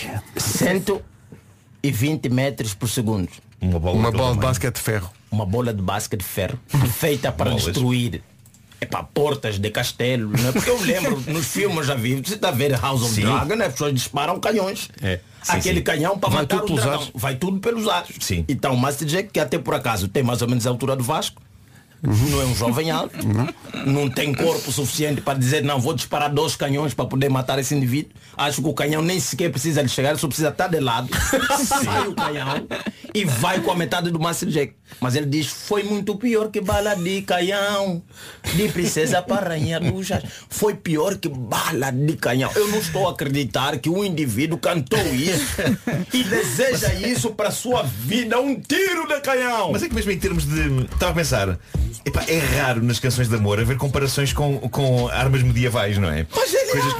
cento e vinte metros por segundo. Uma bola, Uma daquele bola de tamanho. basquete de ferro. Uma bola de basquete de ferro feita para Bolas. destruir é para portas de castelo, né? Porque eu lembro, nos filmes já vi, você está a ver House of Dragon, né? As pessoas disparam canhões. É. Sim, Aquele sim. canhão para Vai matar tudo o pelos dragão. ares. Vai tudo pelos ares. Sim. Então o Master Jack, que até por acaso tem mais ou menos a altura do Vasco, não é um jovem alto, não tem corpo suficiente para dizer não, vou disparar dois canhões para poder matar esse indivíduo. Acho que o canhão nem sequer precisa de chegar, só precisa estar de lado. Sai o canhão e vai com a metade do Master Jack. Mas ele diz, foi muito pior que bala de canhão, de princesa para rainha do jazz. Foi pior que bala de canhão. Eu não estou a acreditar que um indivíduo cantou isso e deseja isso para sua vida, um tiro de canhão. Mas é que mesmo em termos de... Estava a pensar, epá, é raro nas canções de amor haver comparações com, com armas medievais, não é? Mas ele, Coisas...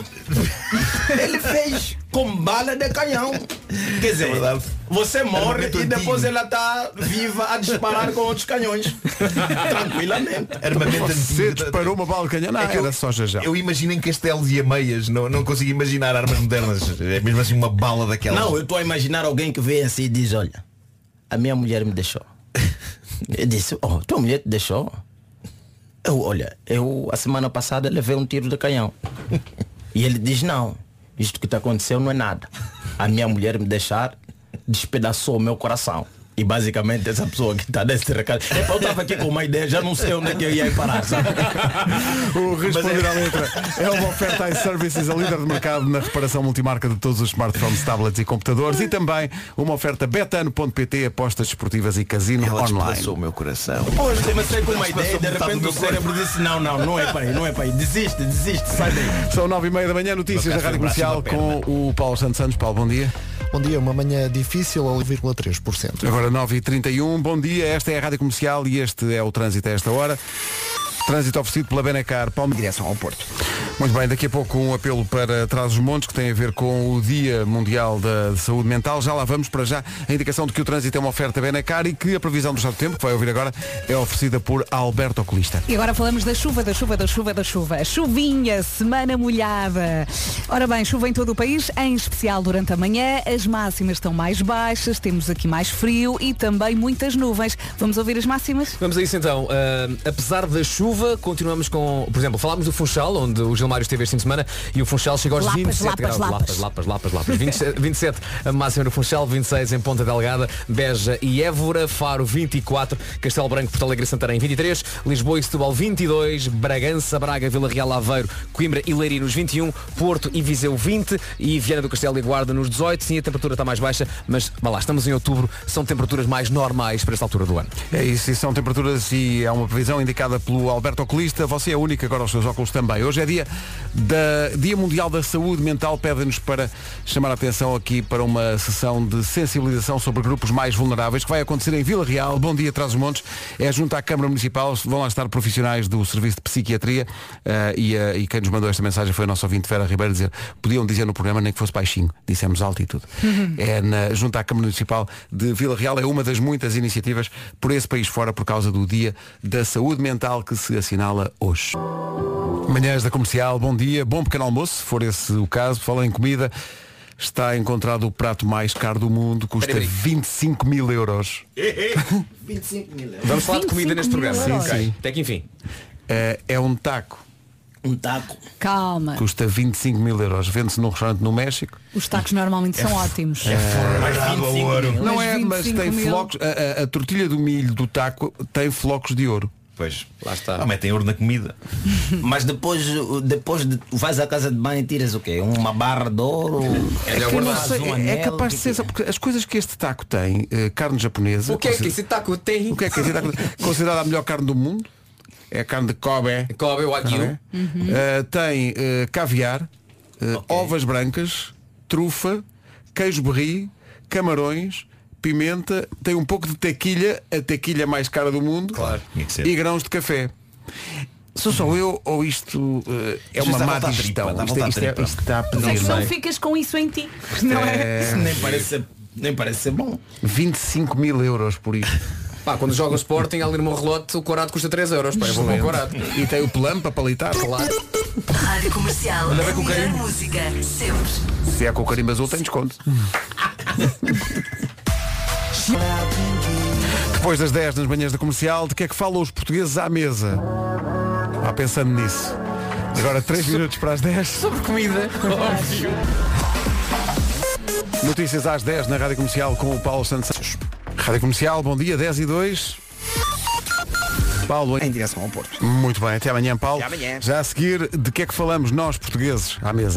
ele fez com bala de canhão. Quer dizer, É verdade. você morre Armamento e depois antigo. ela está viva a disparar com outros canhões. Tranquilamente. Armamento Você antigo. disparou uma bala de canhão? Não, É que eu- era só jajão. Eu imagino em castelos e ameias, não, não consigo imaginar armas modernas. É mesmo assim uma bala daquelas. Não, eu estou a imaginar alguém que vem assim e diz, olha, a minha mulher me deixou. Eu disse, oh, tua mulher te deixou? Eu, olha, eu a semana passada levei um tiro de canhão. E ele diz, não, isto que está acontecendo não é nada. A minha mulher me deixar despedaçou o meu coração. E basicamente essa pessoa que está nesse recado. É, eu estava aqui com uma ideia, já não sei onde é que eu ia ir parar, sabe? O Responder à Letra é uma oferta iServices, a líder de mercado na reparação multimarca de todos os smartphones, tablets e computadores, e também uma oferta betano ponto pt, apostas desportivas e casino Ela online. despedaçou o meu coração. Hoje comecei com uma ideia e de Metade do repente meu o cérebro disse, não, não, não é para aí, não é para aí. Desiste, desiste, sai daí. São nove e meia da manhã, notícias Meu da Rádio braço e Comercial uma com o Paulo Santos Santos. Paulo, bom dia. Bom dia, uma manhã difícil, oito vírgula três por cento. Agora nove e trinta e um, bom dia, esta é a Rádio Comercial e este é o trânsito a esta hora. Trânsito oferecido pela Benacar, Palme, direção ao Porto. Muito bem, daqui a pouco um apelo para Trás-os-Montes que tem a ver com o Dia Mundial da Saúde Mental. Já lá vamos, para já a indicação de que o trânsito é uma oferta Benacar e que a previsão do estado do tempo, que vai ouvir agora, é oferecida por Alberto Oculista. E agora falamos da chuva, da chuva, da chuva, da chuva. Chuvinha, semana molhada. Ora bem, chuva em todo o país, em especial durante a manhã. As máximas estão mais baixas, temos aqui mais frio e também muitas nuvens. Vamos ouvir as máximas? Vamos a isso então. Uh, apesar da chuva, continuamos com, por exemplo, falámos do Funchal, onde o Gilmário esteve este fim de semana e o Funchal chegou aos Lapas, vinte e sete lapas, graus. lapas. Lapas, lapas, lapas. vinte e sete, vinte e sete a máxima no Funchal, vinte e seis em Ponta Delgada, Beja e Évora, Faro vinte e quatro, Castelo Branco, Porto Alegre e Santarém vinte e três, Lisboa e Setúbal vinte e dois, Bragança, Braga, Vila Real, Aveiro, Coimbra e Leiria nos vinte e um, Porto e Viseu vinte e Viana do Castelo e Guarda nos dezoito. Sim, a temperatura está mais baixa, mas vá lá, estamos em outubro, são temperaturas mais normais para esta altura do ano. É isso, e são temperaturas e é uma previsão indicada pelo Alberto Oculista. Você é único, agora os seus óculos também. Hoje é dia, da, dia Mundial da Saúde Mental. Pedem-nos para chamar a atenção aqui para uma sessão de sensibilização sobre grupos mais vulneráveis que vai acontecer em Vila Real. Bom dia, Trás-os-Montes. É junto à Câmara Municipal. Vão lá estar profissionais do Serviço de Psiquiatria uh, e, uh, e quem nos mandou esta mensagem foi o nosso ouvinte Vera Ribeiro dizer, podiam dizer no programa nem que fosse baixinho. Dissemos alto e tudo. É na, junto à Câmara Municipal de Vila Real. É uma das muitas iniciativas por esse país fora por causa do Dia da Saúde Mental que se assinala hoje. Manhãs da Comercial, bom dia, bom pequeno almoço, se for esse o caso. Falando em comida, está encontrado o prato mais caro do mundo, custa Peraí, peraí. vinte e cinco mil euros. vinte e cinco mil euros. Vamos falar de comida neste programa. Sim, Ok. sim. Até que enfim. É, é um taco, Um taco. Calma. custa vinte e cinco mil euros. Vende-se num restaurante no México. Os tacos normalmente são ótimos. Mais vinte e cinco mil. Não Mas é, mas vinte e cinco tem mil. flocos. A, a- a tortilha do milho do taco tem flocos de ouro. Pois, Lá está. Ah, metem ouro na comida. Mas depois, depois de, vais à casa de banho e tiras o quê? Uma barra de ouro? É Que eu não faz sei, um é anel, capaz de que ser, que só porque as coisas que este taco tem, eh, carne japonesa. O que é que consider- esse taco tem? O que é que esse taco considerada a melhor carne do mundo? É a carne de Kobe. Kobe, o Wagyu. Kobe. Eh, tem eh, caviar, eh, ovas brancas, trufa, queijo berri, camarões, pimenta, tem um pouco de tequilha, a tequilha mais cara do mundo, Claro, tinha que ser. e grãos de café. Sou só eu ou isto eh, é Isto uma dá má volta à digestão? tripa, dá Isto, volta é- à isto, é- tripa. isto está a Mas é pedir que não bem. ficas com isso em ti. Não é? Isso nem parece, ser- nem parece ser bom. vinte e cinco mil euros por isto. Pá, quando joga o Sporting, ali no meu relote, o corado custa três euros. Pá, eu vou com o corado. E tem o plano para palitar. Claro. Rádio Comercial. Anda bem com o Melhor carinho. música, sempre. Se é com o carimbo azul tem desconto. Depois das dez nas manhãs da Comercial, de que é que falam os portugueses à mesa? Vá pensando nisso. Agora três minutos para as dez. Sobre comida. Óbvio. Notícias às dez na Rádio Comercial com o Paulo Santos. Rádio Comercial, bom dia, dez e dois. Paulo, em direção ao Porto. Muito bem, até amanhã, Paulo. Até amanhã. Já a seguir, de que é que falamos nós, portugueses, à mesa?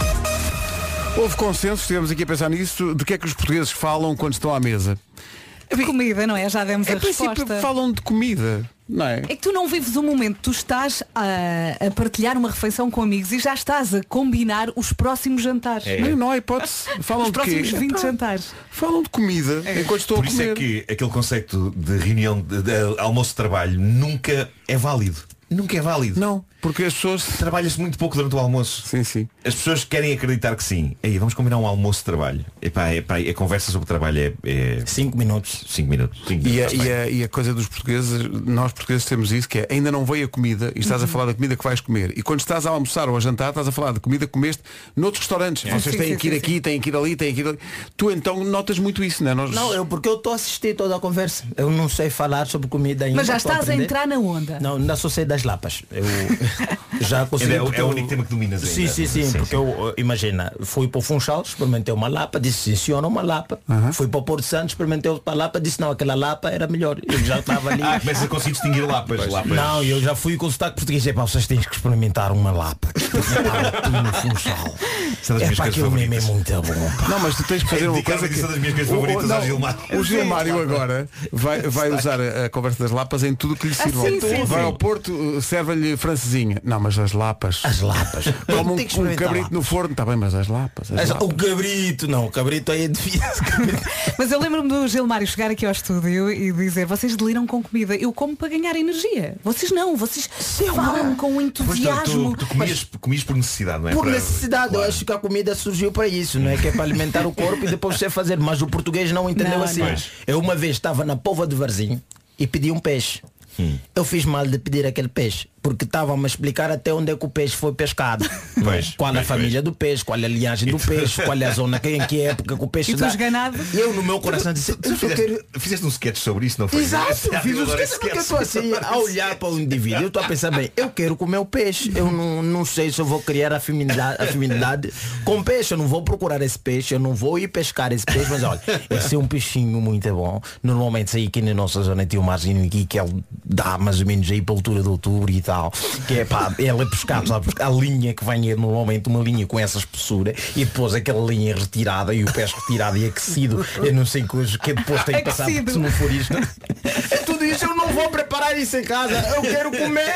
Houve consenso, estivemos aqui a pensar nisso, de que é que os portugueses falam quando estão à mesa? Comida, não é? Já demos a resposta. Em princípio falam de comida, não é? É que tu não vives o momento, tu estás a, a partilhar uma refeição com amigos e já estás a combinar os próximos jantares. É. Não, não há hipótese. Falam os de próximos quê? vinte Epá, jantares. Falam de comida É. enquanto estou Por a isso comer. é que aquele conceito de reunião de, de almoço de trabalho nunca é válido. Nunca é válido. Não, porque as pessoas... Trabalha-se muito pouco durante o almoço. Sim, sim. As pessoas querem acreditar que sim. Aí vamos combinar um almoço de trabalho. Epá, epá, a conversa sobre trabalho é... é... Cinco minutos. Cinco minutos. Cinco E a, minutos e, a, e a coisa dos portugueses, nós portugueses temos isso, que é ainda não veio a comida e estás a falar da comida que vais comer. E quando estás a almoçar ou a jantar, estás a falar de comida que comeste noutros restaurantes. É. Vocês Sim, têm sim, que ir sim, aqui, sim. têm que ir ali, têm que ir ali. Tu então notas muito isso, não é? Nós... Não, eu porque eu estou a assistir toda a conversa. Eu não sei falar sobre comida ainda. Mas já estou a estás a aprender. entrar na onda. Não, ainda só sei das lapas. Eu já consigo. É o- porque é o eu- único tema que dominas Sim, ainda. sim, sim, Sim, porque sim. eu, uh, imagina, fui para o Funchal, experimentei uma lapa, disse sim, senhora, uma lapa. Fui para o Porto Santo, experimentei outra lapa, disse não, aquela lapa era melhor. Eu já estava ali. Ah, começa a conseguir distinguir lapas. lapas. Não, eu já fui com o sotaque português. É para vocês têm que experimentar uma lapa. no Funchal. Isso é das É minhas para coisas aquilo mesmo é favoritas. muito bom. pá. Não, mas tu tens que fazer uma Indicar coisa isso que... é das minhas coisas O- o- favoritas não, ao Gilmário. O Gilmário agora vai, vai usar a, a conversa das lapas em tudo que lhe Ah, sirva. sim, sim, Vai sim. ao Porto, uh, serve-lhe francesinha. Não, mas as lapas. As lapas. Como um, Tem que um experimentar cabrito lapas. no forno. Está bem, mas as lapas. As Mas lapas. o cabrito, não, o cabrito aí é difícil. Mas eu lembro-me do Gilmário chegar aqui ao estúdio e dizer, vocês deliram com comida, eu como para ganhar energia. Vocês não, vocês falam com Pois entusiasmo. tu, tu comias, comias por necessidade, não é? Por Para- necessidade, eu acho que a comida surgiu para isso, não é? Que é para alimentar o corpo e depois você fazer. Mas o português não entendeu Não, assim. não. Eu uma vez estava na Pova de Varzim e pedi um peixe. Eu fiz mal de pedir aquele peixe, porque estava-me a explicar até onde é que o peixe foi pescado. Pois, qual a pois, família do peixe, qual a linhagem do peixe, qual é a zona, em que época que o peixe E tu dá. esganado? E eu no meu coração disse, Tu eu só fizeste, quero... fizeste um sketch sobre isso, não foi? Exato, Ah, fiz eu os adoro sketches esse porque eu estou sketch. assim a olhar para o indivíduo, eu estou a pensar bem, eu quero comer o peixe, eu não, não sei se eu vou criar afinidade, afinidade com peixe, eu não vou procurar esse peixe, eu não vou ir pescar esse peixe, mas olha, esse é um peixinho muito bom. Normalmente aí aqui na nossa zona tem um marzinho aqui que ele dá mais ou menos aí para a altura de outubro e tal, que é pá, ele é pescado, sabe? A linha que vem é normalmente uma linha com essa espessura e depois aquela linha retirada e o peixe retirado e aquecido, eu não sei que hoje que depois tem que passar, porque se não for isto, é tudo isso, eu não vou preparar isso em casa, eu quero comer.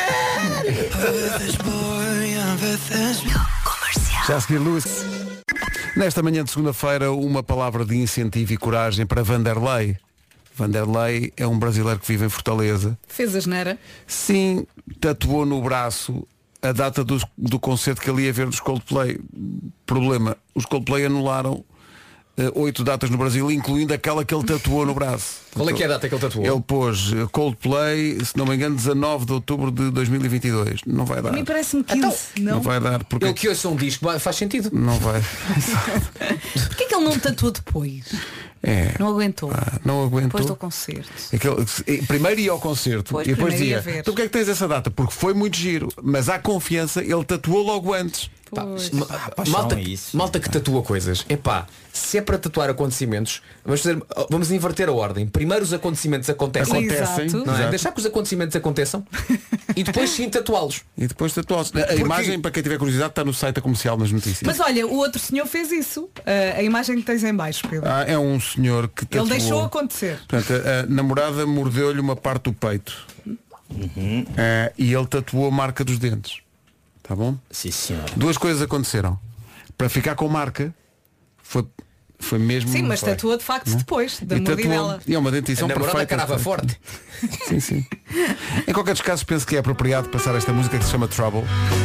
Já a seguir, Luís. Nesta manhã de segunda-feira, uma palavra de incentivo e coragem para Vanderlei. Vanderlei é um brasileiro que vive em Fortaleza. Fez a geneira. Sim, tatuou no braço a data do, do concerto que ele ia ver dos Coldplay. Problema, os Coldplay anularam eh, oito datas no Brasil, incluindo aquela que ele tatuou no braço. Qual é que é a data que ele tatuou? Ele pôs eh, Coldplay, se não me engano, dezanove de outubro de dois mil e vinte e dois. Não vai A dar. mim parece-me quinze, Então, não? Não vai dar porque Ele que ouça um disco faz sentido. não vai. Porquê que ele não tatuou depois? É. Não aguentou. Ah, não aguentou. Depois do concerto. Aquele, eh, primeiro ia ao concerto Pois, e depois primeiro ia dizia, ver. então porquê é que tens essa data? Porque foi muito giro, mas há confiança, ele tatuou logo antes. Pois. Ma- paixão malta, é isso. malta que tatua coisas. Epá, se é para tatuar acontecimentos, vamos, fazer, vamos inverter a ordem. Primeiro os acontecimentos acontecem. Acontecem, Exato. Não é? exato. Deixar que os acontecimentos aconteçam e depois sim tatuá-los. E depois tatuou-se. A imagem, para quem tiver curiosidade, está no site da Comercial nas notícias. Mas olha, o outro senhor fez isso. Ah, a imagem que tens em baixo, Pedro. Ah, é um senhor que tatuou. Ele deixou acontecer. Portanto, a, a namorada mordeu-lhe uma parte do peito. Ah, e ele tatuou a marca dos dentes. Tá bom? Sim, senhora. Duas coisas aconteceram. Para ficar com marca, foi, foi mesmo. Sim, mas foi. tatuou de facto depois da E tatuou, mordidela. e é uma dentição A namorada perfeita. carava forte. Sim, sim. Em qualquer dos casos, penso que é apropriado passar esta música que se chama Trouble.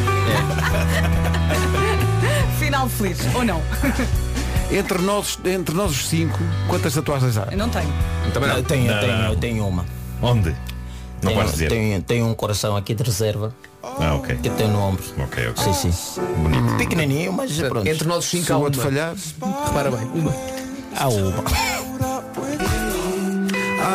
Final feliz, ou não? Entre nós, entre nós os cinco, quantas tatuagens há? Eu não tenho. Também não. Eu tenho, eu Não, tenho, não. eu tenho uma. Onde? Não tenho, podes dizer. Tenho, tenho um coração aqui de reserva Ah, ok. que eu tenho no ombro. Ok, ok. Sim, sim. Bonito. Pequenininho, mas pronto. Entre nós os cinco Se há o uma. outro falhar. Repara bem, uma. Há uma. Ah,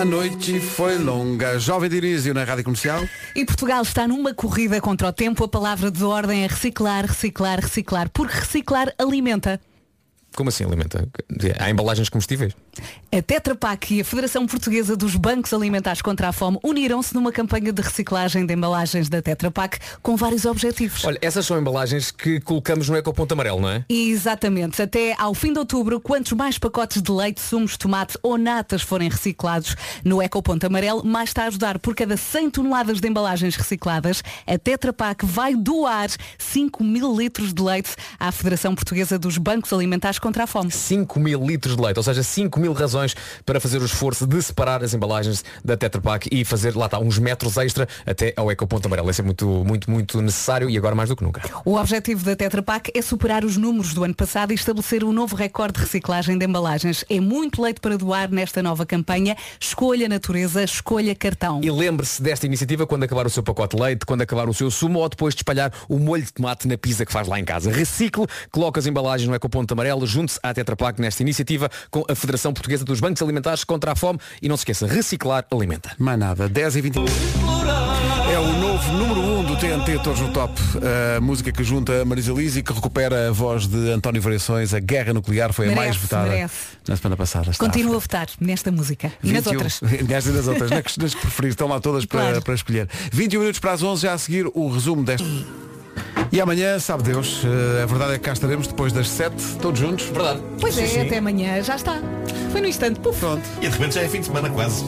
A noite foi longa. Jovem Dionísio na Rádio Comercial. E Portugal está numa corrida contra o tempo. A palavra de ordem é reciclar, reciclar, reciclar. Porque reciclar alimenta. Como assim alimenta? Há embalagens comestíveis? A Tetra Pak e a Federação Portuguesa dos Bancos Alimentares contra a Fome uniram-se numa campanha de reciclagem de embalagens da Tetra Pak com vários objetivos. Olha, essas são embalagens que colocamos no ecoponto amarelo, não é? Exatamente. Até ao fim de outubro, quantos mais pacotes de leite, sumos, tomate ou natas forem reciclados no ecoponto amarelo, mais está a ajudar. Por cada cem toneladas de embalagens recicladas, a Tetra Pak vai doar cinco mil litros de leite à Federação Portuguesa dos Bancos Alimentares contra a Fome. cinco mil litros de leite, ou seja, cinco mil razões para fazer o esforço de separar as embalagens da Tetra Pak e fazer, lá está, uns metros extra até ao ecoponto amarelo. Isso é muito, muito, muito necessário e agora mais do que nunca. O objetivo da Tetra Pak é superar os números do ano passado e estabelecer um novo recorde de reciclagem de embalagens. É muito leite para doar nesta nova campanha. Escolha natureza, escolha cartão. E lembre-se desta iniciativa quando acabar o seu pacote de leite, quando acabar o seu sumo ou depois de espalhar o molho de tomate na pizza que faz lá em casa. Recicle, coloque as embalagens no ecoponto amarelo, junte-se à Tetra Pak nesta iniciativa com a Federação Portuguesa dos Bancos Alimentares contra a Fome e não se esqueça, reciclar alimenta. Mais nada, dez e vinte. É o novo número um do T N T Todos no Top. A música que junta a Marisa Liz e que recupera a voz de António Variações. A Guerra Nuclear foi merece, a mais votada merece. na semana passada. Continua a votar nesta música e nas outras. Nesta e nas outras, nas que, nas que preferir, estão lá todas para, claro. para escolher. vinte e um minutos para as onze, já a seguir o resumo desta. E amanhã, sabe Deus, a verdade é que cá estaremos depois das sete, todos juntos. Verdade. Pois é, Sim, sim. até amanhã já está. Foi no instante, puf. Pronto. E de repente já é fim de semana quase.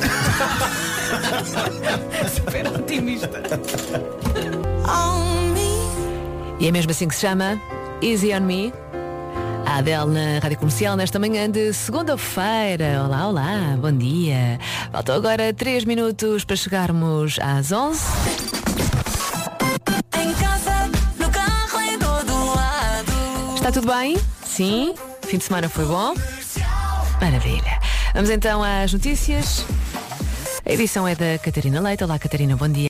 Super otimista. E é mesmo assim que se chama Easy on Me. A Adele na Rádio Comercial nesta manhã de segunda-feira. Olá, olá, bom dia. Faltam agora três minutos para chegarmos às onze. Em casa, no carro, em todo lado. Está tudo bem? Sim? Fim de semana foi bom? Maravilha. Vamos então às notícias. A edição é da Catarina Leite. Olá, Catarina, bom dia.